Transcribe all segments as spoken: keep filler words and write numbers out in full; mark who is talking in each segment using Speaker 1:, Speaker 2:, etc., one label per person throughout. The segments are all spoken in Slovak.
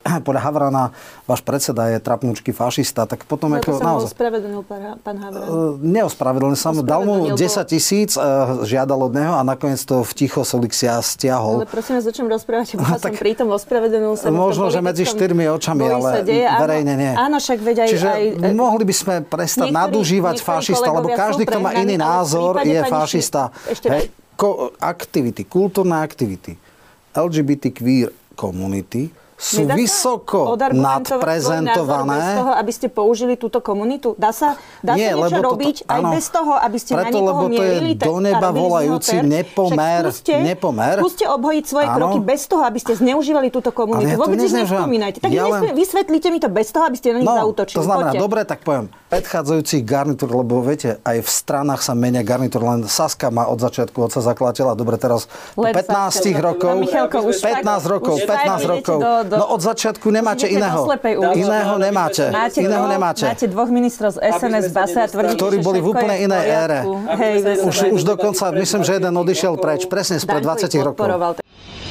Speaker 1: podľa Havrana váš predseda je trapnúčky fašista, tak potom...
Speaker 2: No,
Speaker 1: ako,
Speaker 2: to sa mu ospravedlnil pán Havran.
Speaker 1: Neospravedlnil sa mu, dal mu desať tisíc, žiadal od neho a nakoniec to v ticho Solixia stiahol.
Speaker 2: Ale prosím vás, o čom rozprávate? Bola som pritom, ospravedlnil sa mu.
Speaker 1: Možno, že medzi štyrmi očami, ale verejne nie.
Speaker 2: Áno, však veď aj...
Speaker 1: Čiže
Speaker 2: aj,
Speaker 1: mohli by sme prestať nadužívať fašista, lebo každý, kto má iný názor, je fašista. Hej, ko, aktivity, kultúrne aktivity, el gé bé té queer komunity sú Nedá vysoko nadprezentované.
Speaker 2: Bez toho, aby ste použili túto komunitu? Dá sa, dá
Speaker 1: Nie,
Speaker 2: sa niečo robiť toto, aj áno, bez toho, aby ste
Speaker 1: preto,
Speaker 2: na niekoho mierili?
Speaker 1: Preto, lebo to je do neba volajúci nepomer.
Speaker 2: Skúste,
Speaker 1: nepomer.
Speaker 2: skúste obhojiť svoje áno. kroky bez toho, aby ste zneužívali túto komunitu. Ja Vôbec ich nespomínajte. Tak ja len... vysvetlíte mi to bez toho, aby ste na nich
Speaker 1: no,
Speaker 2: zaútočili.
Speaker 1: To znamená,
Speaker 2: Poďte.
Speaker 1: dobre, tak poviem. Predchádzajúcich garnitúr, lebo viete, aj v stranách sa menia garnitúr, len Saska má od začiatku otca zakladateľa. Dobre, teraz pätnásť rokov, pätnásť rokov, pätnásť rokov. No od začiatku nemáte iného. Iného nemáte.
Speaker 2: Máte,
Speaker 1: iného
Speaker 2: dvoch,
Speaker 1: nemáte.
Speaker 2: máte dvoch ministrov z es en es Basa a tvrdíte,
Speaker 1: ktorí boli v úplne inej ére.
Speaker 2: Hej,
Speaker 1: už, už dokonca, myslím, že jeden odišiel preč. Presne spred dvadsať rokov.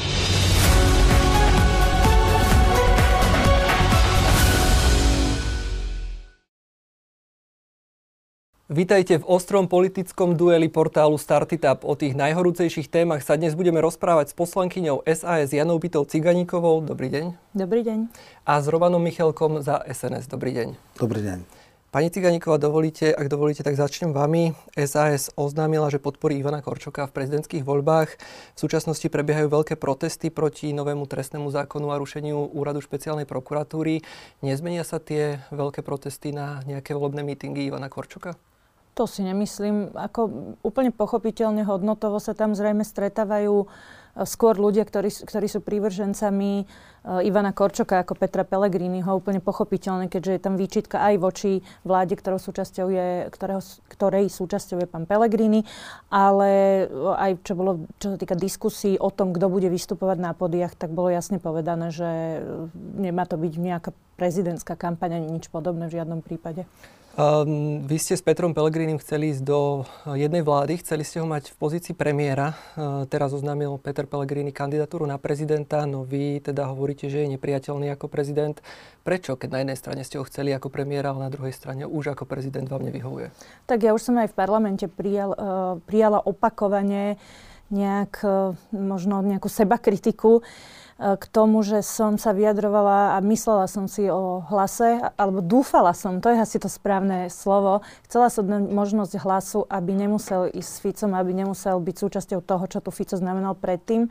Speaker 3: Vítajte v ostrom politickom dueli portálu Startitap. O tých najhorúcejších témach sa dnes budeme rozprávať s poslankyňou es a es Janou Bytou-Ciganíkovou. Dobrý deň.
Speaker 2: Dobrý deň.
Speaker 3: A s Romanom Michalkom za es en es. Dobrý deň.
Speaker 1: Dobrý deň.
Speaker 3: Pani Ciganíková, dovolíte, ak dovolíte, tak začnem vami. es a es oznámila, že podporí Ivana Korčoka v prezidentských voľbách. V súčasnosti prebiehajú veľké protesty proti novému trestnému zákonu a rušeniu úradu špeciálnej prokuratúry. Nezmenia sa tie veľké protesty na nejaké volebné mítingy Ivana Korčoka?
Speaker 2: To si nemyslím. Ako úplne pochopiteľne hodnotovo sa tam zrejme stretávajú skôr ľudia, ktorí, ktorí sú prívržencami Ivana Korčoka ako Petra Pellegriniho. Úplne pochopiteľne, keďže je tam výčitka aj voči vláde, ktorou súčasťou je, ktorého, ktorej súčasťou je pán Pellegrini, ale aj čo bolo, čo sa týka diskusí o tom, kto bude vystupovať na pódiach, tak bolo jasne povedané, že nemá to byť nejaká prezidentská kampaň ani nič podobné v žiadnom prípade.
Speaker 3: Um, vy ste s Petrom Pellegrinim chceli ísť do jednej vlády, chceli ste ho mať v pozícii premiéra. Uh, teraz oznámil Peter Pellegrini kandidatúru na prezidenta, no vy teda hovoríte, že je nepriateľný ako prezident. Prečo, keď na jednej strane ste ho chceli ako premiéra, ale na druhej strane už ako prezident vám nevyhovuje? Tak
Speaker 2: ja už som aj v parlamente prijal, uh, prijala opakovane nejak, uh, možno nejakú sebakritiku k tomu, že som sa vyjadrovala a myslela som si o Hlase, alebo dúfala som, to je asi to správne slovo, chcela som dať možnosť Hlasu, aby nemusel ísť s Ficom, aby nemusel byť súčasťou toho, čo tu Fico znamenal predtým.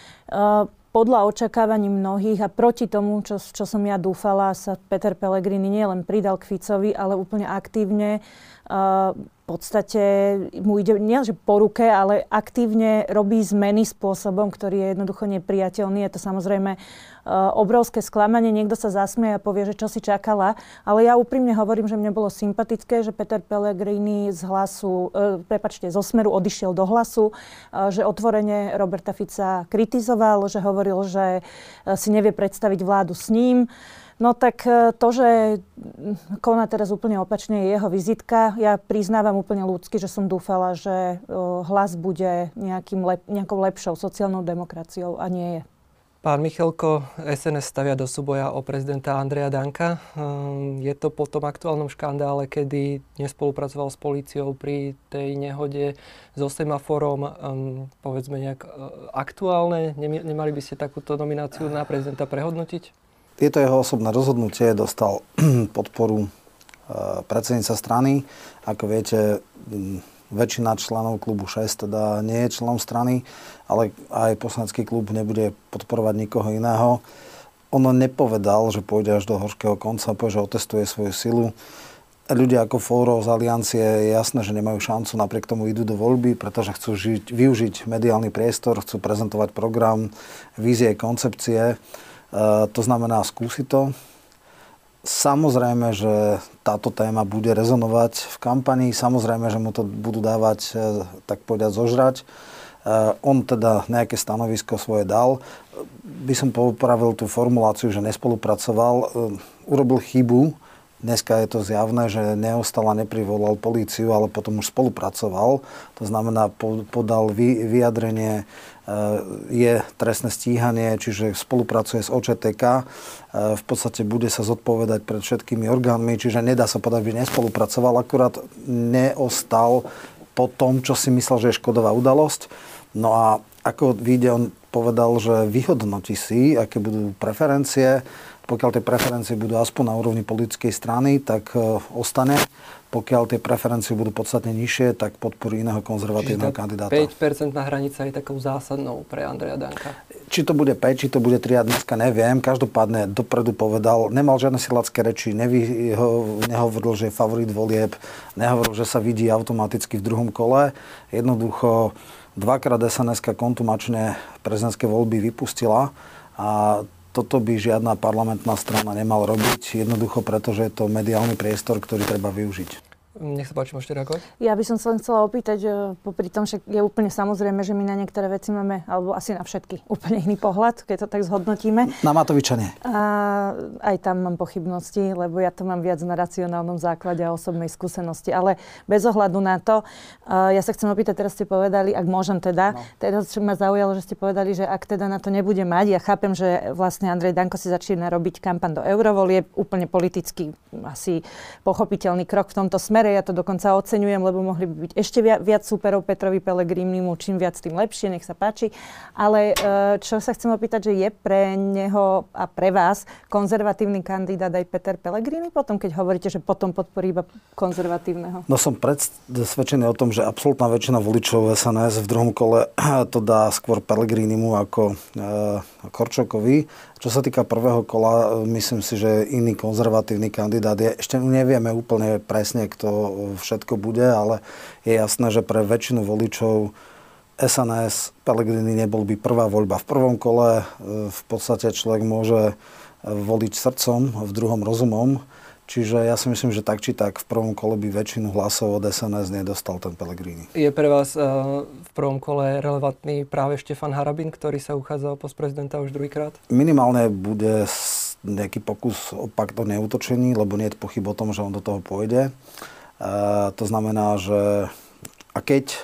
Speaker 2: Podľa očakávaní mnohých a proti tomu, čo, čo som ja dúfala, sa Peter Pellegrini nielen pridal k Ficovi, ale úplne aktívne v podstate mu ide nie že po ruke, ale aktívne robí zmeny spôsobom, ktorý je jednoducho nepriateľný. Je to samozrejme uh, obrovské sklamanie. Niekto sa zasmie a povie, že čo si čakala. Ale ja úprimne hovorím, že mne bolo sympatické, že Peter Pellegrini z Hlasu, uh, prepačte, zo Smeru odišiel do Hlasu, uh, že otvorene Roberta Fica kritizoval, že hovoril, že uh, si nevie predstaviť vládu s ním. No tak to, že koná teraz úplne opačne, je jeho vizitka. Ja priznávam úplne ľudsky, že som dúfala, že Hlas bude nejakým lep, nejakou lepšou sociálnou demokraciou a nie je.
Speaker 3: Pán Michalko, es en es stavia do súboja o prezidenta Andreja Danka. Je to po tom aktuálnom škandále, kedy nespolupracoval s políciou pri tej nehode so semaforom, povedzme nejak aktuálne. Nemali by ste takúto nomináciu na prezidenta prehodnotiť?
Speaker 1: Je to jeho osobné rozhodnutie, dostal podporu predsedníca strany. Ako viete, väčšina členov klubu šesť teda nie je členom strany, ale aj poslanecký klub nebude podporovať nikoho iného. On nepovedal, že pôjde až do horškého konca, povie, že otestuje svoju silu. Ľudia ako Fóro z Aliancie je jasné, že nemajú šancu, napriek tomu idú do voľby, pretože chcú žiť, využiť mediálny priestor, chcú prezentovať program, vízie, koncepcie. Uh, to znamená skúsiť to. Samozrejme, že táto téma bude rezonovať v kampani. Samozrejme, že mu to budú dávať, uh, tak povedať, zožrať. Uh, on teda nejaké stanovisko svoje dal. By som popravil tú formuláciu, že nespolupracoval. Uh, urobil chybu. Dneska je to zjavné, že neostal a neprivolal políciu, ale potom už spolupracoval. To znamená, po, podal vy, vyjadrenie je trestné stíhanie, čiže spolupracuje s ó čé té ká. V podstate bude sa zodpovedať pred všetkými orgánmi, čiže nedá sa povedať, že nespolupracoval, akurát neostal po tom, čo si myslel, že je škodová udalosť. No a ako vyjde, on povedal, že vyhodnotí si, aké budú preferencie. Pokiaľ tie preferencie budú aspoň na úrovni politickej strany, tak ostane. Pokiaľ tie preferencie budú podstatne nižšie, tak podporí iného konzervatívneho kandidáta.
Speaker 3: päť percentná hranica je takou zásadnou pre Andreja Danka.
Speaker 1: Či to bude päť, či to bude tri, ja dneska neviem. Každopádne dopredu povedal, nemal žiadne silácké reči, nevy, ho, nehovoril, že je favorit volieb, nehovoril, že sa vidí automaticky v druhom kole. Jednoducho dvakrát es en eska kontumačne prezidentské voľby vypustila a toto by žiadna parlamentná strana nemala robiť, jednoducho preto, že je to mediálny priestor, ktorý treba využiť.
Speaker 3: Nech sa páči, môžete reagovať?
Speaker 2: Ja by som sa len chcela opýtať, že popri tom, že je úplne samozrejme, že my na niektoré veci máme, alebo asi na všetky, úplne iný pohľad, keď to tak zhodnotíme.
Speaker 1: Na Matoviča nie.
Speaker 2: A aj tam mám pochybnosti, lebo ja to mám viac na racionálnom základe a osobnej skúsenosti. Ale bez ohľadu na to, ja sa chcem opýtať, teraz ste povedali, ak môžem teda, no. Teraz ma zaujalo, že ste povedali, že ak teda na to nebude mať, ja chápem, že vlastne Andrej Danko si začína robiť kampaň do eurovolieb, úplne politicky asi pochopiteľný krok v tomto smere. Ja to dokonca oceňujem, lebo mohli by byť ešte viac, viac súperov Petrovi Pellegrinimu, čím viac, tým lepšie, nech sa páči. Ale čo sa chcem opýtať, že je pre neho a pre vás konzervatívny kandidát aj Peter Pellegrini potom, keď hovoríte, že potom podporí iba konzervatívneho?
Speaker 1: No som presvedčený o tom, že absolútna väčšina voličov es en es v druhom kole to dá skôr Pellegrinimu ako e, Korčokovi. Čo sa týka prvého kola, myslím si, že iný konzervatívny kandidát je. Ešte nevieme úplne presne, kto všetko bude, ale je jasné, že pre väčšinu voličov es en es Pellegrini nebol by prvá voľba v prvom kole. V podstate človek môže voliť srdcom, v druhom rozumom. Čiže ja si myslím, že tak či tak v prvom kole by väčšinu hlasov od es en es nedostal ten Pellegrini.
Speaker 3: Je pre vás uh, v prvom kole relevantný práve Štefan Harabin, ktorý sa uchádza o post prezidenta už druhýkrát?
Speaker 1: Minimálne bude nejaký pokus o pakt o neútočení, lebo nie je pochyb o tom, že on do toho pôjde. Uh, to znamená, že a keď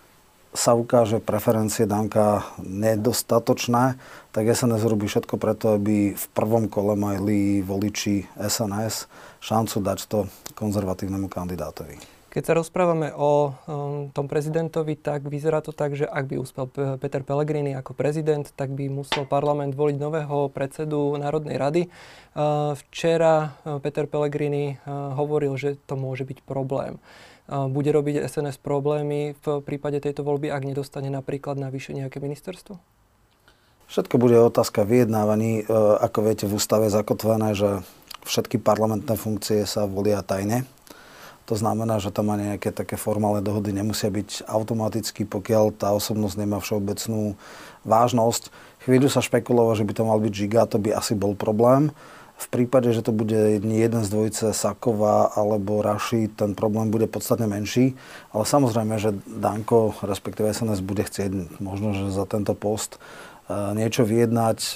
Speaker 1: sa ukáže preferencie Danka nedostatočné, tak es en es robí všetko preto, aby v prvom kole mali voliči es en es šancu dať to konzervatívnemu kandidátovi.
Speaker 3: Keď sa rozprávame o um, tom prezidentovi, tak vyzerá to tak, že ak by uspel P- Peter Pellegrini ako prezident, tak by musel parlament voliť nového predsedu Národnej rady. Uh, včera uh, Peter Pellegrini uh, hovoril, že to môže byť problém. Uh, bude robiť es en es problémy v prípade tejto voľby, ak nedostane napríklad navyše nejaké ministerstvo?
Speaker 1: Všetko bude otázka vyjednávaní. Uh, ako viete, v ústave je zakotvené, že všetky parlamentné funkcie sa volia tajne. To znamená, že tam ani nejaké také formálne dohody nemusia byť automaticky, pokiaľ tá osobnosť nemá všeobecnú vážnosť. Chvíľu sa špekulovalo, že by to mal byť Žiga, to by asi bol problém. V prípade, že to bude jeden z dvojice Saková alebo Raši, ten problém bude podstatne menší. Ale samozrejme, že Danko, respektíve es en es, bude chcieť možno, že za tento post niečo vyjednať.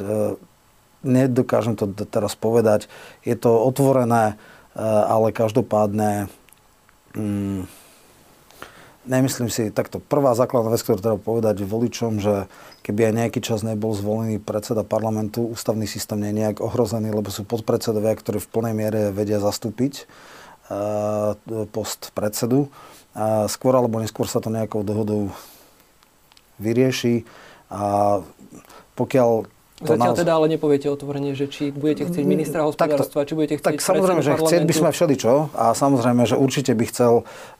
Speaker 1: Nedokážem to teraz povedať. Je to otvorené, ale každopádne Hmm. nemyslím si, takto prvá základná vec, ktorú treba povedať voličom, že keby aj nejaký čas nebol zvolený predseda parlamentu, ústavný systém nie je nejak ohrozený, lebo sú podpredsedovia, ktorí v plnej miere vedia zastúpiť uh, post predsedu. Uh, skôr alebo neskôr sa to nejakou dohodou vyrieši. A pokiaľ
Speaker 3: Zatiaľ nás... teda ale nepoviete otvorene, že či budete chcieť ministra hospodárstva,
Speaker 1: tak,
Speaker 3: či budete chcieť
Speaker 1: tak samozrejme, že chcieť by sme všeličo a samozrejme, že určite by chcel,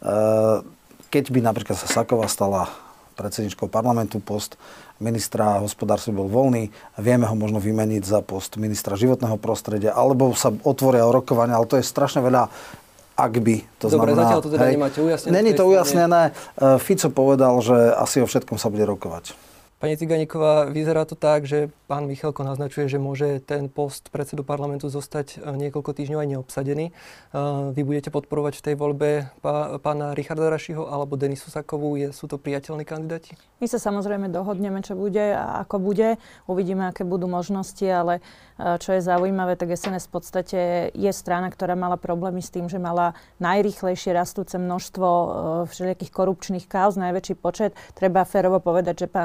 Speaker 1: keď by napríklad sa Saková stala predsedničkou parlamentu, post ministra hospodárstva bol voľný, vieme ho možno vymeniť za post ministra životného prostredia, alebo sa otvoria rokovania, ale to je strašne veľa ak by. To
Speaker 3: Dobre,
Speaker 1: znamená,
Speaker 3: zatiaľ to teda
Speaker 1: hej,
Speaker 3: nemáte ujasnené.
Speaker 1: Není to ujasnené. Fico povedal, že asi o všetkom sa bude rokovať.
Speaker 3: Pani Ciganíková, vyzerá to tak, že pán Michalko naznačuje, že môže ten post predsedu parlamentu zostať niekoľko týždňov aj neobsadený. Vy budete podporovať v tej voľbe pána Richarda Rašiho alebo Denisu Sakovú? Sú to priateľní kandidáti?
Speaker 2: My sa samozrejme dohodneme, čo bude a ako bude. Uvidíme, aké budú možnosti, ale čo je zaujímavé, tak es en es v podstate je strana, ktorá mala problémy s tým, že mala najrýchlejšie rastúce množstvo všelijakých korupčných káuz, najväčší počet. Treba férovo povedať, že pán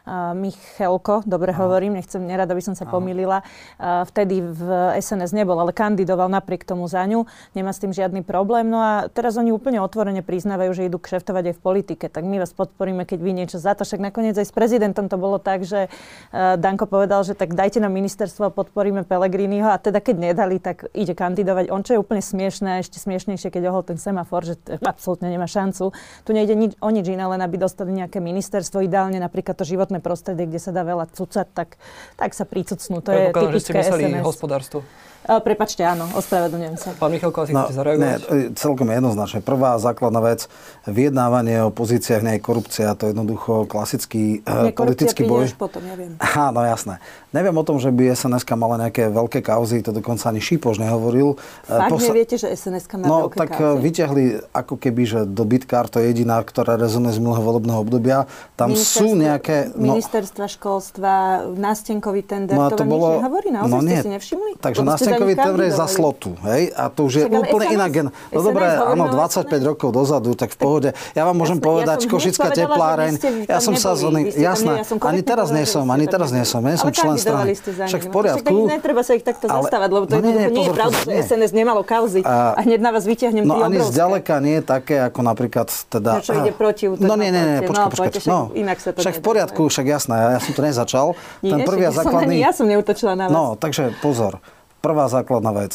Speaker 2: uh, Michalko, dobre hovorím, nechcem, nerada by som sa pomýlila, uh, vtedy v es en es nebol, ale kandidoval napriek tomu za ňu, nemá s tým žiadny problém. No a teraz oni úplne otvorene priznávajú, že idú kšeftovať aj v politike. Tak my vás podporíme, keď vy niečo za to. Však nakoniec aj s prezidentom to bolo tak, že uh, Danko povedal, že tak dajte nám ministerstvo a podporíme Pellegriniho a teda keď nedali, tak ide kandidovať. On, čo je úplne smiešné, ešte smiešnejšie, keď ohol ten semafor, že t- absolútne nemá šancu. Tu nejde nič, o nič iné, len aby dostali nejaké ministerstvo, ideálne napríklad to životné prostredie, kde sa dá veľa cucať, tak, tak sa pricucnú. To je typické es en es.
Speaker 3: Hospodárstvo.
Speaker 2: Uh, prepačte, áno, ospravedlňujem sa.
Speaker 3: Pán Michalko, asi
Speaker 1: no,
Speaker 3: chcete zareagovať?
Speaker 1: Nie, celkom jednoznačne. Prvá základná vec, vyjednávanie o pozíciách nie je korupcia, to je jednoducho klasický nie, politický boj.
Speaker 2: Už potom, ja viem.
Speaker 1: Áno, jasné. Neviem o tom, že by es en eska mala nejaké veľké kauzy, to dokonca ani Šipoš nehovoril.
Speaker 2: Fakt Posa- neviete, že es en eska má
Speaker 1: no,
Speaker 2: veľké
Speaker 1: tak
Speaker 2: kauzy?
Speaker 1: vyťahli ako keby, že dobytkár, to je jediná, ktorá rezonuje z minulého volebného obdobia. Tam sú nejaké... No,
Speaker 2: ministerstva školstva, nástenkový tender,
Speaker 1: no,
Speaker 2: to,
Speaker 1: to
Speaker 2: vám
Speaker 1: bolo,
Speaker 2: nič nehovorí? Naozaj
Speaker 1: no, nie,
Speaker 2: ste si nevšimli?
Speaker 1: Takže nástenkový tender je za slotu, hej? A to už je
Speaker 2: Však,
Speaker 1: úplne iná gen... No dobre, áno, dvadsaťpäť rokov dozadu, tak v pohode. Ja vám môžem
Speaker 2: Jasne,
Speaker 1: povedať,
Speaker 2: ja
Speaker 1: Košická tepláreň, ja som sa zóny... Jasné, ani teraz nie som, ani teraz nie som, nie som člen strany. Však v poriadku.
Speaker 2: Tak netreba sa ich takto zastávať, lebo to jednoducho nie je pravda, že es en es nemalo kauzy a hneď na vás vyťahnem
Speaker 1: no
Speaker 2: tie obrovské.
Speaker 1: No ani zďaleka nie je také, ako napríklad teda...
Speaker 2: Čo ide proti útok.
Speaker 1: No nie, nie, nie, počkaj, počkaj. No,
Speaker 2: inak sa to
Speaker 1: však v poriadku, však jasné, ja som to nezačal. Ten prvý a základný...
Speaker 2: Ja som neútočila na vás.
Speaker 1: No, takže pozor. Prvá základná vec.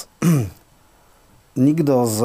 Speaker 1: Nikto z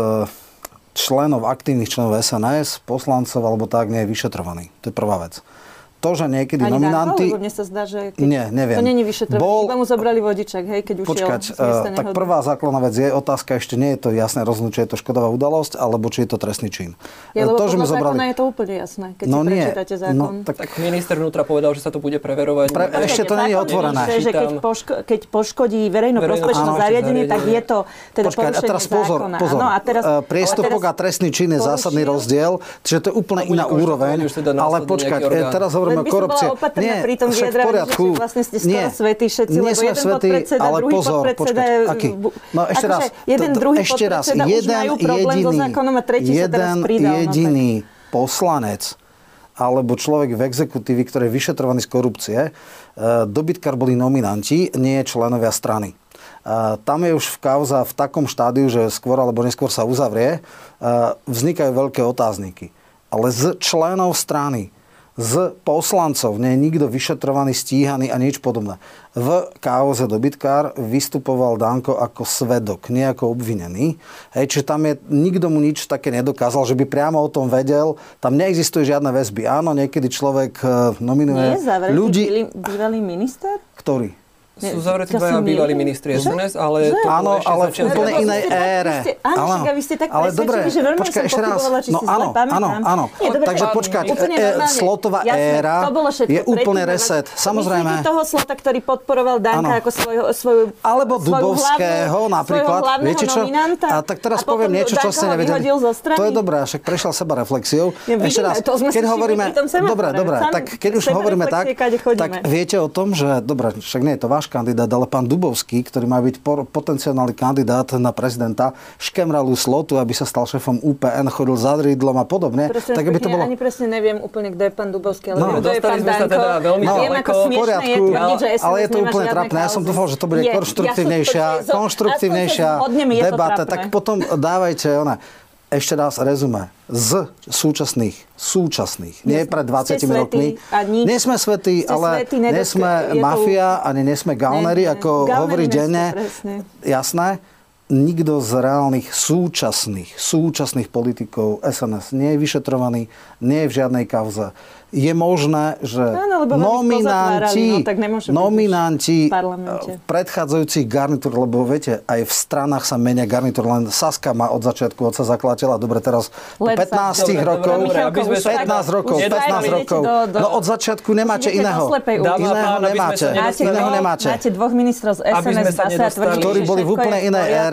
Speaker 1: členov, aktívnych členov es en es, poslancov alebo tak, nie je vyšetrovaný. To je prvá vec. To, že niekedy
Speaker 2: ani
Speaker 1: nominanti...
Speaker 2: Danko, lebo mne sa zdá, že keď...
Speaker 1: Nie, neviem.
Speaker 2: To není vyšetrovanie,
Speaker 1: Bol...
Speaker 2: iba mu zobrali vodičak, hej, keď ušiel
Speaker 1: Počkať,
Speaker 2: z miesta
Speaker 1: uh, tak prvá základná vec je otázka, ešte nie je to jasné rozhodnúť, či je to škodová udalosť, alebo či je to trestný čin.
Speaker 2: Ja, lebo
Speaker 1: to, že
Speaker 2: podľa
Speaker 1: zobrali...
Speaker 2: zákona je to úplne jasné, keď
Speaker 1: no
Speaker 2: si
Speaker 1: nie,
Speaker 2: prečítate zákon.
Speaker 1: No,
Speaker 3: tak... tak minister vnútra povedal, že sa to bude preverovať.
Speaker 1: Pre... Ešte to nie je otvorené.
Speaker 2: Že keď, poško... keď poškodí verejnoprospešné zariadenie, tak je to teda
Speaker 1: Počkať,
Speaker 2: porušenie
Speaker 1: teraz pozor,
Speaker 2: zákona.
Speaker 1: pozor.
Speaker 2: Áno, a teraz,
Speaker 1: priestupok a trestný čin je zásadný rozdiel, čiže to je úplne iná úroveň. Ale počkať, teraz hovoríme o korupcii. Nie,
Speaker 2: pri tom vyjadrení, že vlastne ste skoro svätí všetci, lebo jeden podpredseda, druhý podpredseda...
Speaker 1: No ešte raz,
Speaker 2: jeden druhý podpredseda už majú problém so zákonom a tretí sa teraz pridal.
Speaker 1: Jeden jediný poslanec alebo človek v exekutívi, ktorý je vyšetrovaný z korupcie, dobytkár boli nominanti, nie členovia strany. Tam je už v kauza v takom štádiu, že skôr alebo neskôr sa uzavrie, vznikajú veľké otázniky. Ale z členov strany, z poslancov nie je nikto vyšetrovaný, stíhaný a nič podobné. V kauze dobytkár vystupoval Danko ako svedok, nie ako obvinený. Hej, čiže tam je, nikto mu nič také nedokázal, že by priamo o tom vedel. Tam neexistuje žiadne väzby. Áno, niekedy človek nominuje
Speaker 2: nie,
Speaker 1: ľudí...
Speaker 2: Nie je bývalý minister?
Speaker 1: Ktorý?
Speaker 3: Sú zavretí dvaja bývalí ministri es en es, ale...
Speaker 1: Áno, ale v úplne inej ére.
Speaker 2: Áno, vy ste tak presvedčili, že veľmi som pochybovala, či si zle pamätám.
Speaker 1: Áno, áno, áno. Takže počkať, slotová éra je úplne reset. Samozrejme.
Speaker 2: Myslíte toho Slota, ktorý podporoval Danka ako svoju
Speaker 1: alebo Dubovského napríklad. Viete čo? A tak teraz poviem niečo, čo ste nevedeli. To je dobré, však prešiel seba reflexiou. Ešte raz, keď hovoríme... Dobre, dobre, tak keď už hovoríme tak, tak viete o tom, že... Dobre, však nie je to váš kandidát, ale pán Dubovský, ktorý má byť potenciálny kandidát na prezidenta, škemralú Slotu, aby sa stal šéfom ú pé en, chodil za Rydlom a podobne.
Speaker 2: Presne,
Speaker 1: tak aby to bolo...
Speaker 2: Ani presne neviem úplne, kto je pán Dubovský, ale
Speaker 1: no,
Speaker 2: kto je pán Danko.
Speaker 3: Teda veľmi
Speaker 2: no, viem, ako smiešné je tvrdiť, že es en es
Speaker 1: ale je to úplne trápne. Ja som dúfal, že to bude konštruktívnejšia, konštruktívnejšia debata. Tak potom dávajte ona. Ešte raz rezume. Z súčasných, súčasných, nie pred dvadsiatimi rokmi. Nie sme svätí, ale nie sme mafia, ani nie sme gauneri, ako hovorí denne. Jasné? Nikto z reálnych súčasných, súčasných politikov es en es nie je vyšetrovaný, nie je v žiadnej kauze. Je možné, že
Speaker 2: áno,
Speaker 1: nominanti,
Speaker 2: no,
Speaker 1: nominanti predchádzajúcich garnitúr, lebo viete, aj v stranách sa menia garnitúr, len Saska má od začiatku otca zakladateľa, dobre, teraz pätnásť rokov, pätnásť rokov, pätnásť rokov. No od začiatku nemáte iného. Iného nemáte. Iného nemáte.
Speaker 2: Máte dvoch ministrov z es en es,
Speaker 1: ktorí boli v úplne inej ére.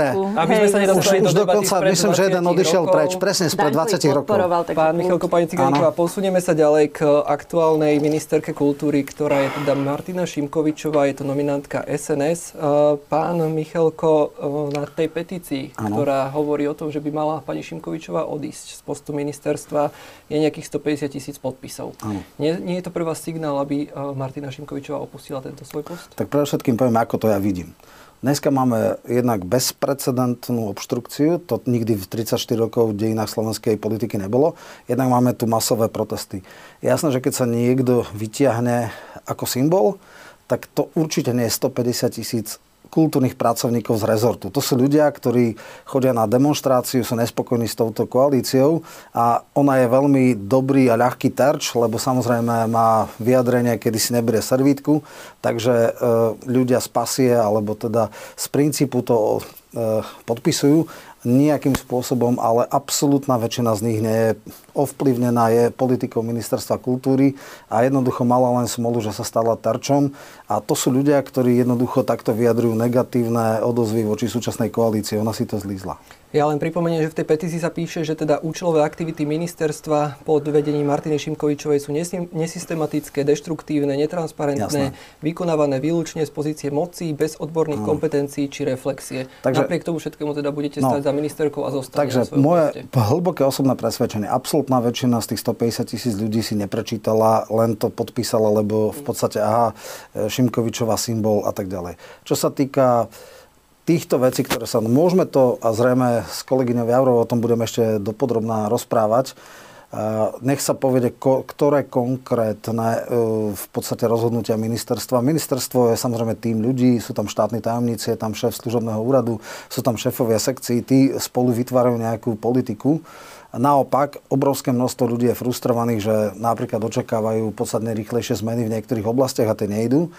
Speaker 3: Aby sme sa nedostali
Speaker 1: už,
Speaker 3: do
Speaker 1: už dokonca, myslím, že jeden odišiel
Speaker 3: rokov.
Speaker 1: preč, presne spred dvadsiatich rokov.
Speaker 3: Pán Michalko, pani Cigániková, posunieme sa ďalej k aktuálnej ministerke kultúry, ktorá je teda Martina Šimkovičová, je to nominantka es en es. Pán Michalko, na tej petícii, ano. ktorá hovorí o tom, že by mala pani Šimkovičová odísť z postu ministerstva, je nejakých stopäťdesiat tisíc podpisov. Nie, nie je to pre vás signál, aby Martina Šimkovičová opustila tento svoj post?
Speaker 1: Tak pre všetkým poviem, ako to ja vidím. Dneska máme jednak bezprecedentnú obštrukciu, to nikdy v tridsaťštyri rokov v dejinách slovenskej politiky nebolo. Jednak máme tu masové protesty. Jasné, že keď sa niekto vytiahne ako symbol, tak to určite nie je stopäťdesiat tisíc kultúrnych pracovníkov z rezortu. To sú ľudia, ktorí chodia na demonštráciu, sú nespokojní s touto koalíciou a ona je veľmi dobrý a ľahký terč, lebo samozrejme má vyjadrenie, kedy si neberie servítku, takže e, ľudia z pasie, alebo teda z princípu to e, podpisujú nejakým spôsobom, ale absolútna väčšina z nich nie je ovplyvnená, je politikou ministerstva kultúry a jednoducho mala len smolu, že sa stala terčom. A to sú ľudia, ktorí jednoducho takto vyjadrujú negatívne odozvy voči súčasnej koalícii. Ona si to zlízla.
Speaker 3: Ja len pripomeniem, že v tej petícii sa píše, že teda účelové aktivity ministerstva pod vedením Martiny Šimkovičovej sú nesystematické, deštruktívne, netransparentné, Jasné. vykonávané výlučne z pozície moci, bez odborných hmm. kompetencií či reflexie. Takže, Napriek tomu všetkému teda budete stať no, za ministerkou a zostať.
Speaker 1: Takže moje poste. hlboké osobné presvedčenie, absolútna väčšina z tých stopäťdesiat tisíc ľudí si neprečítala, len to podpísala, lebo v podstate aha, Šimkovičová symbol a tak ďalej. Čo sa týka týchto vecí, ktoré sa... Môžeme to, a zrejme s kolegyňou Javrovou o tom budeme ešte dopodrobná rozprávať, nech sa povede, ktoré konkrétne v podstate rozhodnutia ministerstva. Ministerstvo je samozrejme tým ľudí, sú tam štátni tajomníci, je tam šéf služobného úradu, sú tam šéfovia sekcií, tí spolu vytvárajú nejakú politiku. Naopak, obrovské množstvo ľudí je frustrovaných, že napríklad očakávajú podstatne rýchlejšie zmeny v niektorých oblastiach a tie nejdú.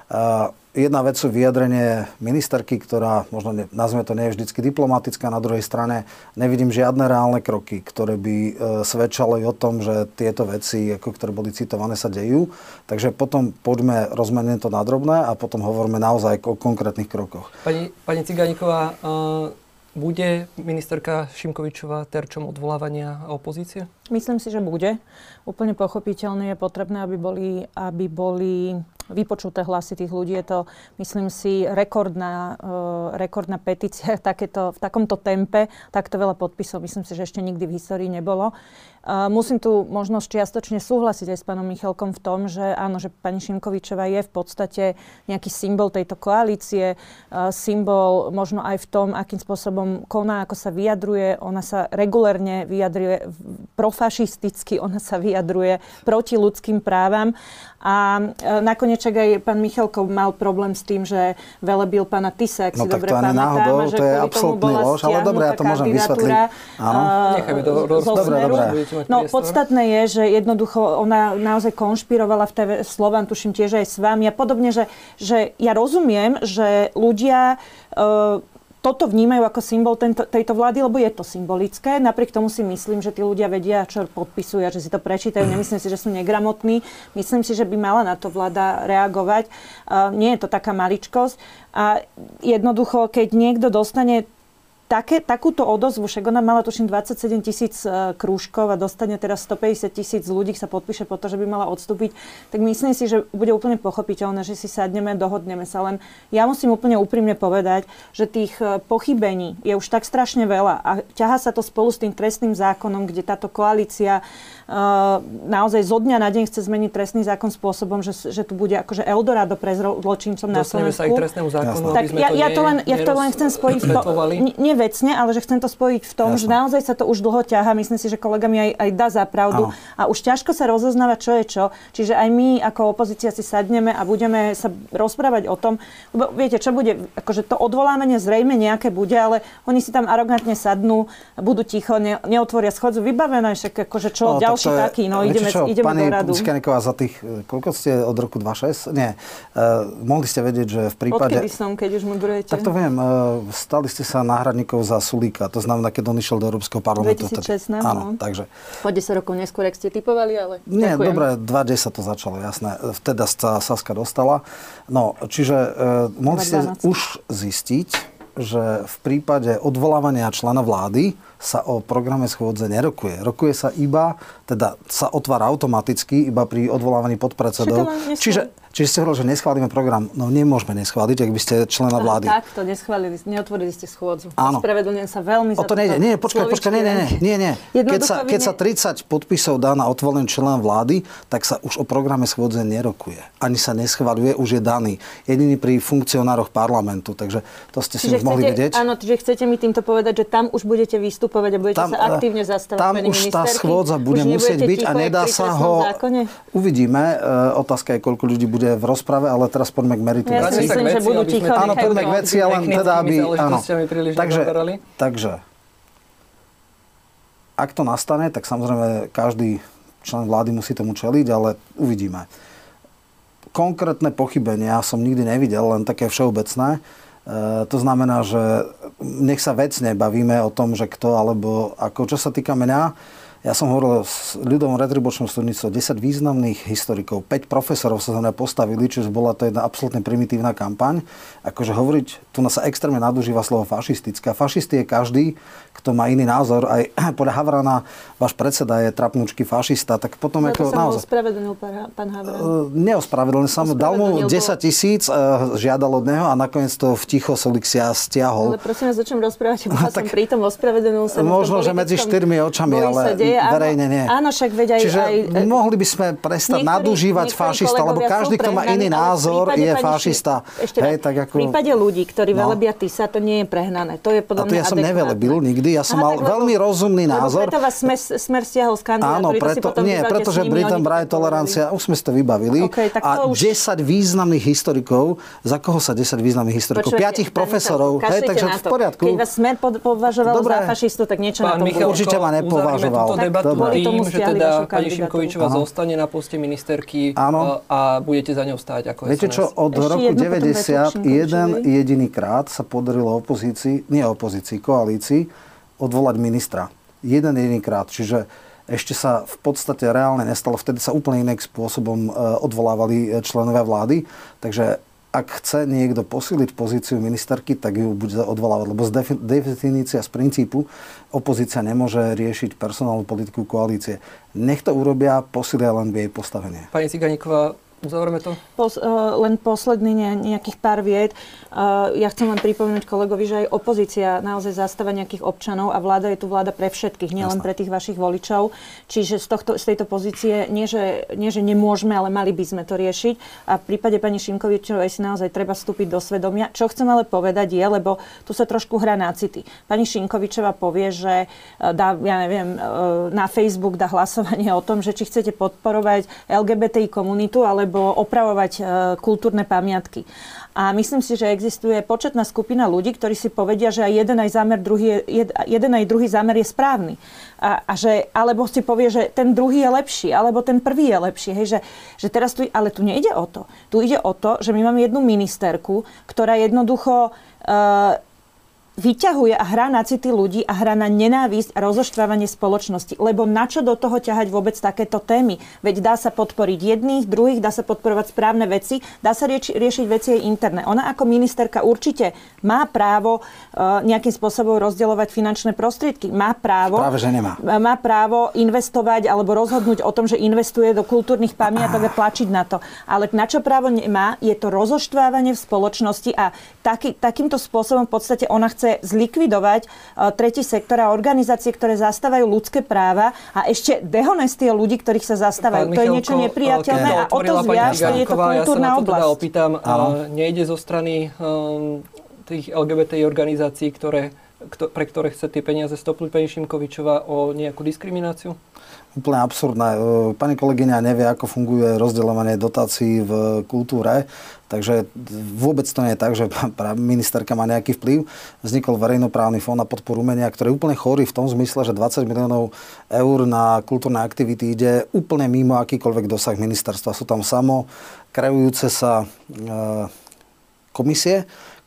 Speaker 1: Jedna vec sú vyjadrenie ministerky, ktorá, možno ne, nazvime to nie je vždycky diplomatická, na druhej strane nevidím žiadne reálne kroky, ktoré by e, svedčali o tom, že tieto veci, ako ktoré boli citované, sa dejú. Takže potom poďme rozmeniť to na drobné a potom hovoríme naozaj o konkrétnych krokoch.
Speaker 3: Pani, pani Cigániková, uh, bude ministerka Šimkovičová terčom odvolávania opozície?
Speaker 2: Myslím si, že bude. Úplne pochopiteľne je potrebné, aby boli, aby boli vypočuté hlasy tých ľudí. Je to, myslím si, rekordná, uh, rekordná petícia takéto, v takomto tempe, takto veľa podpisov. Myslím si, že ešte nikdy v histórii nebolo. Uh, musím tu možno čiastočne súhlasiť aj s pánom Michalkom v tom, že áno, že pani Šimkovičová je v podstate nejaký symbol tejto koalície, uh, symbol možno aj v tom, akým spôsobom koná, ako sa vyjadruje. Ona sa regulérne vyjadruje profašisticky, ona sa vyjadruje proti ľudským právam. A uh, nakoniec aj pán Michalko mal problém s tým, že velebil pána Tisa, ak
Speaker 1: no,
Speaker 2: si dobre pamätám.
Speaker 1: Náhodou, že to je absolútny lož, ale dobre, ja to môžem vysvetliť.
Speaker 3: Áno. Nechajme to
Speaker 1: dobre, dobre.
Speaker 2: No, podstatné je, že jednoducho ona naozaj konšpirovala v té vé Slovan, tuším tiež aj s vami a podobne, že, že ja rozumiem, že ľudia uh, toto vnímajú ako symbol tento, tejto vlády, lebo je to symbolické. Napriek tomu si myslím, že tí ľudia vedia, čo podpisujú a že si to prečítajú. Nemyslím si, že sú negramotní. Myslím si, že by mala na to vláda reagovať. Uh, nie je to taká maličkosť. A jednoducho, keď niekto dostane Také, takúto odozvu, však ona mala tuším dvadsaťsedem tisíc e, krúžkov a dostane teraz stopäťdesiat tisíc ľudí, sa podpíše po to, že by mala odstúpiť, tak myslím si, že bude úplne pochopiteľné, že si sadneme, dohodneme sa. Len ja musím úplne úprimne povedať, že tých e, pochybení je už tak strašne veľa a ťahá sa to spolu s tým trestným zákonom, kde táto koalícia e, naozaj zo dňa na deň chce zmeniť trestný zákon spôsobom, že, že tu bude akože Eldorado pre zločincom na Slovensku.
Speaker 3: Dostaneme sa aj k trestnému zákonu,
Speaker 2: tak aby sme ja, to ja to len, ja to len chcem spojiť v to, vecne, ale že chcem to spojiť v tom, Jasne. že naozaj sa to už dlho ťahá. Myslím si, že kolega mi aj, aj dá za pravdu. Áno. A už ťažko sa rozoznáva, čo je čo. Čiže aj my ako opozícia si sadneme a budeme sa rozprávať o tom. Lebo viete, čo bude, akože to odvolávanie zrejme nejaké bude, ale oni si tam arogantne sadnú, budú ticho, ne, neotvoria schodzu. Vybavené, však akože čo, no, ďalší tak taký. No, ideme, čo, ideme do radu. Pani Cigániková, za tých, koľko ste od roku dvadsaťšesť? Nie. Uh, mohli ste vedieť, že v prípade... Odkedy som, keď už mudrujete?
Speaker 1: Tak to viem. Uh, stali ste sa náhradníkom za Sulíka. To znamená, keď on išiel do Európskeho parlamentu.
Speaker 2: dvetisícšestnásť
Speaker 1: Áno, takže.
Speaker 2: Po desať rokov neskôr, ak ste tipovali, ale...
Speaker 1: Nie,
Speaker 2: ďakujem.
Speaker 1: dobre, dvadsaťdesať to začalo, jasné. Vteda sa Saska dostala. No, čiže uh, mohli ste už zistiť, že v prípade odvolávania člena vlády sa o programe schôdze nerokuje. Rokuje sa iba, teda sa otvára automaticky iba pri odvolávaní podpredsedov. Čiže, čiže ste hovorili, že neschválime program. No nemôžeme neschváliť, ak by ste člena vlády.
Speaker 2: Tak to neschválili, neotvorili ste schôdzu.
Speaker 1: Áno.
Speaker 2: Spravedlňujem sa veľmi
Speaker 1: o
Speaker 2: za
Speaker 1: to. Nie, nie, počkaj, počkaj, nie, nie, nie, nie. Keď sa, keď sa tridsať podpisov dá na otvorený člena vlády, tak sa už o programe schôdze nerokuje. Ani sa neschvaľuje, už je daný. Jediný pri funkcionároch parlamentu, takže to ste si už mohli vedieť.
Speaker 2: Áno, čiže chcete mi týmto povedať, že tam už budete vystupovať a budete
Speaker 1: tam,
Speaker 2: sa aktívne zastávať
Speaker 1: tam
Speaker 2: pani
Speaker 1: už
Speaker 2: ministerky?
Speaker 1: Tá schôdza bude musieť byť a nedá sa ho...
Speaker 2: Zákone?
Speaker 1: Uvidíme. E, otázka je, koľko ľudí bude v rozprave, ale teraz poďme k meritu
Speaker 2: ja
Speaker 1: veci.
Speaker 2: Ja si myslím, že budú ticho.
Speaker 1: Áno, poďme k veci, ale teda, aby... Áno. Takže, takže, ak to nastane, tak samozrejme každý člen vlády musí tomu čeliť, ale uvidíme. Konkrétne pochybenia som nikdy nevidel, len také všeobecné. E, to znamená, že nech sa vecne bavíme o tom, že kto, alebo ako. Čo sa týka mňa, ja som hovoril s ľudovom retribučnom súdnictvom, desať významných historikov, päť profesorov sa za mňa postavili, čiže bola to jedna absolútne primitívna kampaň. Akože hovoriť, tu nás sa extrémne nadužíva slovo fašistická. Fašist je každý, kto má iný názor. Aj podľa Havrana váš predseda je trapnúčky fašista, tak potom
Speaker 2: no,
Speaker 1: ako
Speaker 2: to
Speaker 1: naozaj...
Speaker 2: ospravedlnil pán Havran.
Speaker 1: Uh, neospravedlnil sa, dal mu desať tisíc, uh, žiadal od neho a nakoniec to v ticho Solixia stiahol.
Speaker 2: Ale prosím vás, o čom rozprávate? Bola som pritom ospravedlnil sa.
Speaker 1: Možno, že medzi štyrmi očami, ale verejne nie.
Speaker 2: Áno, však veď aj...
Speaker 1: Čiže
Speaker 2: aj,
Speaker 1: mohli by sme prestať nadužívať fašista, lebo každý, kto má iný názor, je fašista.
Speaker 2: Ešte Hej, tak ako... V prípade ľudí, ktorí no. velebia Tisa, to nie je prehnané. To je podľa mňa adekvátne. A to ja som nevelebil nikdy,
Speaker 1: ja som mal veľmi rozumný názor.
Speaker 2: Preto vás smer, smer stiahol z kandidatúry.
Speaker 1: Áno, preto, nie, pretože Britom Braje tolerancia, už sme si to vybavili.
Speaker 2: Okay,
Speaker 1: a už... desať významných historikov, za koho sa desať významných historikov? Piatich profesorov. Hej, takže v poriadku.
Speaker 2: Keď vás Smer považoval za fašistu, tak niečo na tom
Speaker 3: bolo.
Speaker 1: Určite ma nepovažoval.
Speaker 3: Tým, že teda pani Šimkovičová zostane na poste ministerky a, a budete za ňou stáť ako
Speaker 1: Viete čo, od Ešte roku deväťdesiat jeden jediný krát sa podarilo opozícii, nie opozícii, koalícii, odvolať ministra. Jeden jediný krát. Čiže ešte sa v podstate reálne nestalo. Vtedy sa úplne iným spôsobom odvolávali členovia vlády. Takže ak chce niekto posíliť pozíciu ministerky, tak ju bude odvolávať. Lebo z definícia, z princípu, opozícia nemôže riešiť personálnu politiku koalície. Nech to urobia, posília len jej postavenie.
Speaker 3: Pani Ciganíková, uzavrime to?
Speaker 2: Pos, uh, len posledný ne, nejakých pár vied. Uh, ja chcem len pripomenúť kolegovi, že aj opozícia naozaj zastáva nejakých občanov a vláda je tu vláda pre všetkých, nielen pre tých vašich voličov. Čiže z, tohto, z tejto pozície nie že, nie, že nemôžeme, ale mali by sme to riešiť. A v prípade pani Šimkovičovej si naozaj treba vstúpiť do svedomia. Čo chcem ale povedať je, lebo tu sa trošku hrá na city. Pani Šimkovičová povie, že dá, ja neviem, na Facebook dá hlasovanie o tom, že či chcete podporovať el gé bé té í komunitu, alebo opravovať e, kultúrne pamiatky. A myslím si, že existuje početná skupina ľudí, ktorí si povedia, že aj jeden aj zámer, druhý, jed, jeden aj druhý zámer je správny. A, a že, alebo si povie, že ten druhý je lepší, alebo ten prvý je lepší. Hej, že, že teraz tu, ale tu nejde o to. Tu ide o to, že my máme jednu ministerku, ktorá jednoducho e, vyťahuje a hrá na city ľudí a hrá na nenávisť a rozoštvávanie spoločnosti. Lebo na čo do toho ťahať vôbec takéto témy? Veď dá sa podporiť jedných, druhých, dá sa podporovať správne veci, dá sa rieči, riešiť veci aj interné. Ona ako ministerka určite má právo uh, nejakým spôsobom rozdeľovať finančné prostriedky. Má právo,
Speaker 1: Práve, že nemá.
Speaker 2: má právo investovať alebo rozhodnúť o tom, že investuje do kultúrnych pamiatok a tlačiť na to. Ale na čo právo nemá, je to rozoštvávanie v spoločnosti a taký, takýmto spôsobom v podstate ona chce zlikvidovať uh, tretí sektor a organizácie, ktoré zastávajú ľudské práva a ešte dehonestie ľudí, ktorých sa zastávajú. To je niečo nepriateľné a o to zviaľ, že je to kultúrna
Speaker 3: ja
Speaker 2: oblasť.
Speaker 3: Ja sa na to teda opýtam, uh, nejde zo strany um, tých el gé bé té í organizácií, ktoré, kto, pre ktoré chce tie peniaze stopnúť pani Šimkovičová, o nejakú diskrimináciu?
Speaker 1: Úplne absurdné. Pani kolegyňa nevie, ako funguje rozdeľovanie dotácií v kultúre, takže vôbec to nie je tak, že ministerka má nejaký vplyv. Vznikol verejnoprávny fond na podporu umenia, ktorý je úplne chorý v tom zmysle, že dvadsať miliónov eur na kultúrne aktivity ide úplne mimo akýkoľvek dosah ministerstva. Sú tam samo krajujúce sa e, komisie,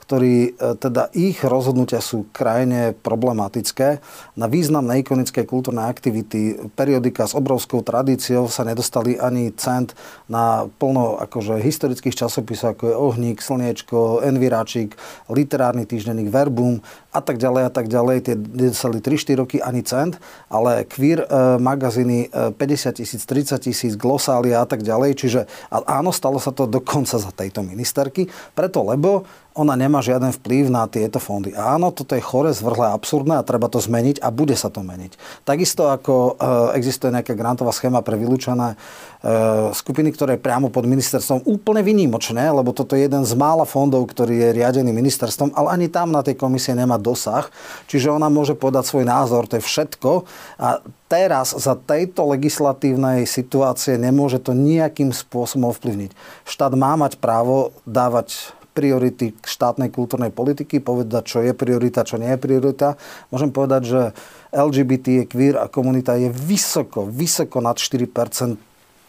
Speaker 1: ktorí teda ich rozhodnutia sú krajne problematické. Na významné ikonické kultúrne aktivity, periodika s obrovskou tradíciou sa nedostali ani cent na plno akože historických časopisov, ako je Ohník, Slniečko, Enviráčik, literárny týždenník Verbum a tak ďalej a tak ďalej. Tie nedostali tri štyri roky ani cent, ale queer e, magazíny e, päťdesiat tisíc, tridsať tisíc, glosália a tak ďalej. Čiže áno, stalo sa to dokonca za tejto ministerky, preto lebo ona nemá žiaden vplyv na tieto fondy. A áno, toto je chore, zvrhlé, absurdné a treba to zmeniť a bude sa to meniť. Takisto ako e, existuje nejaká grantová schéma pre vylúčené e, skupiny, ktoré je priamo pod ministerstvom, úplne výnimočné, lebo toto je jeden z mála fondov, ktorý je riadený ministerstvom, ale ani tam na tej komisie nemá dosah. Čiže ona môže podať svoj názor, to je všetko. A teraz za tejto legislatívnej situácie nemôže to nejakým spôsobom ovplyvniť. Štát má mať právo dávať priority štátnej kultúrnej politiky, povedať, čo je priorita, čo nie je priorita. Môžem povedať, že el gé bé té, queer a komunita je vysoko, vysoko nad štyri percentá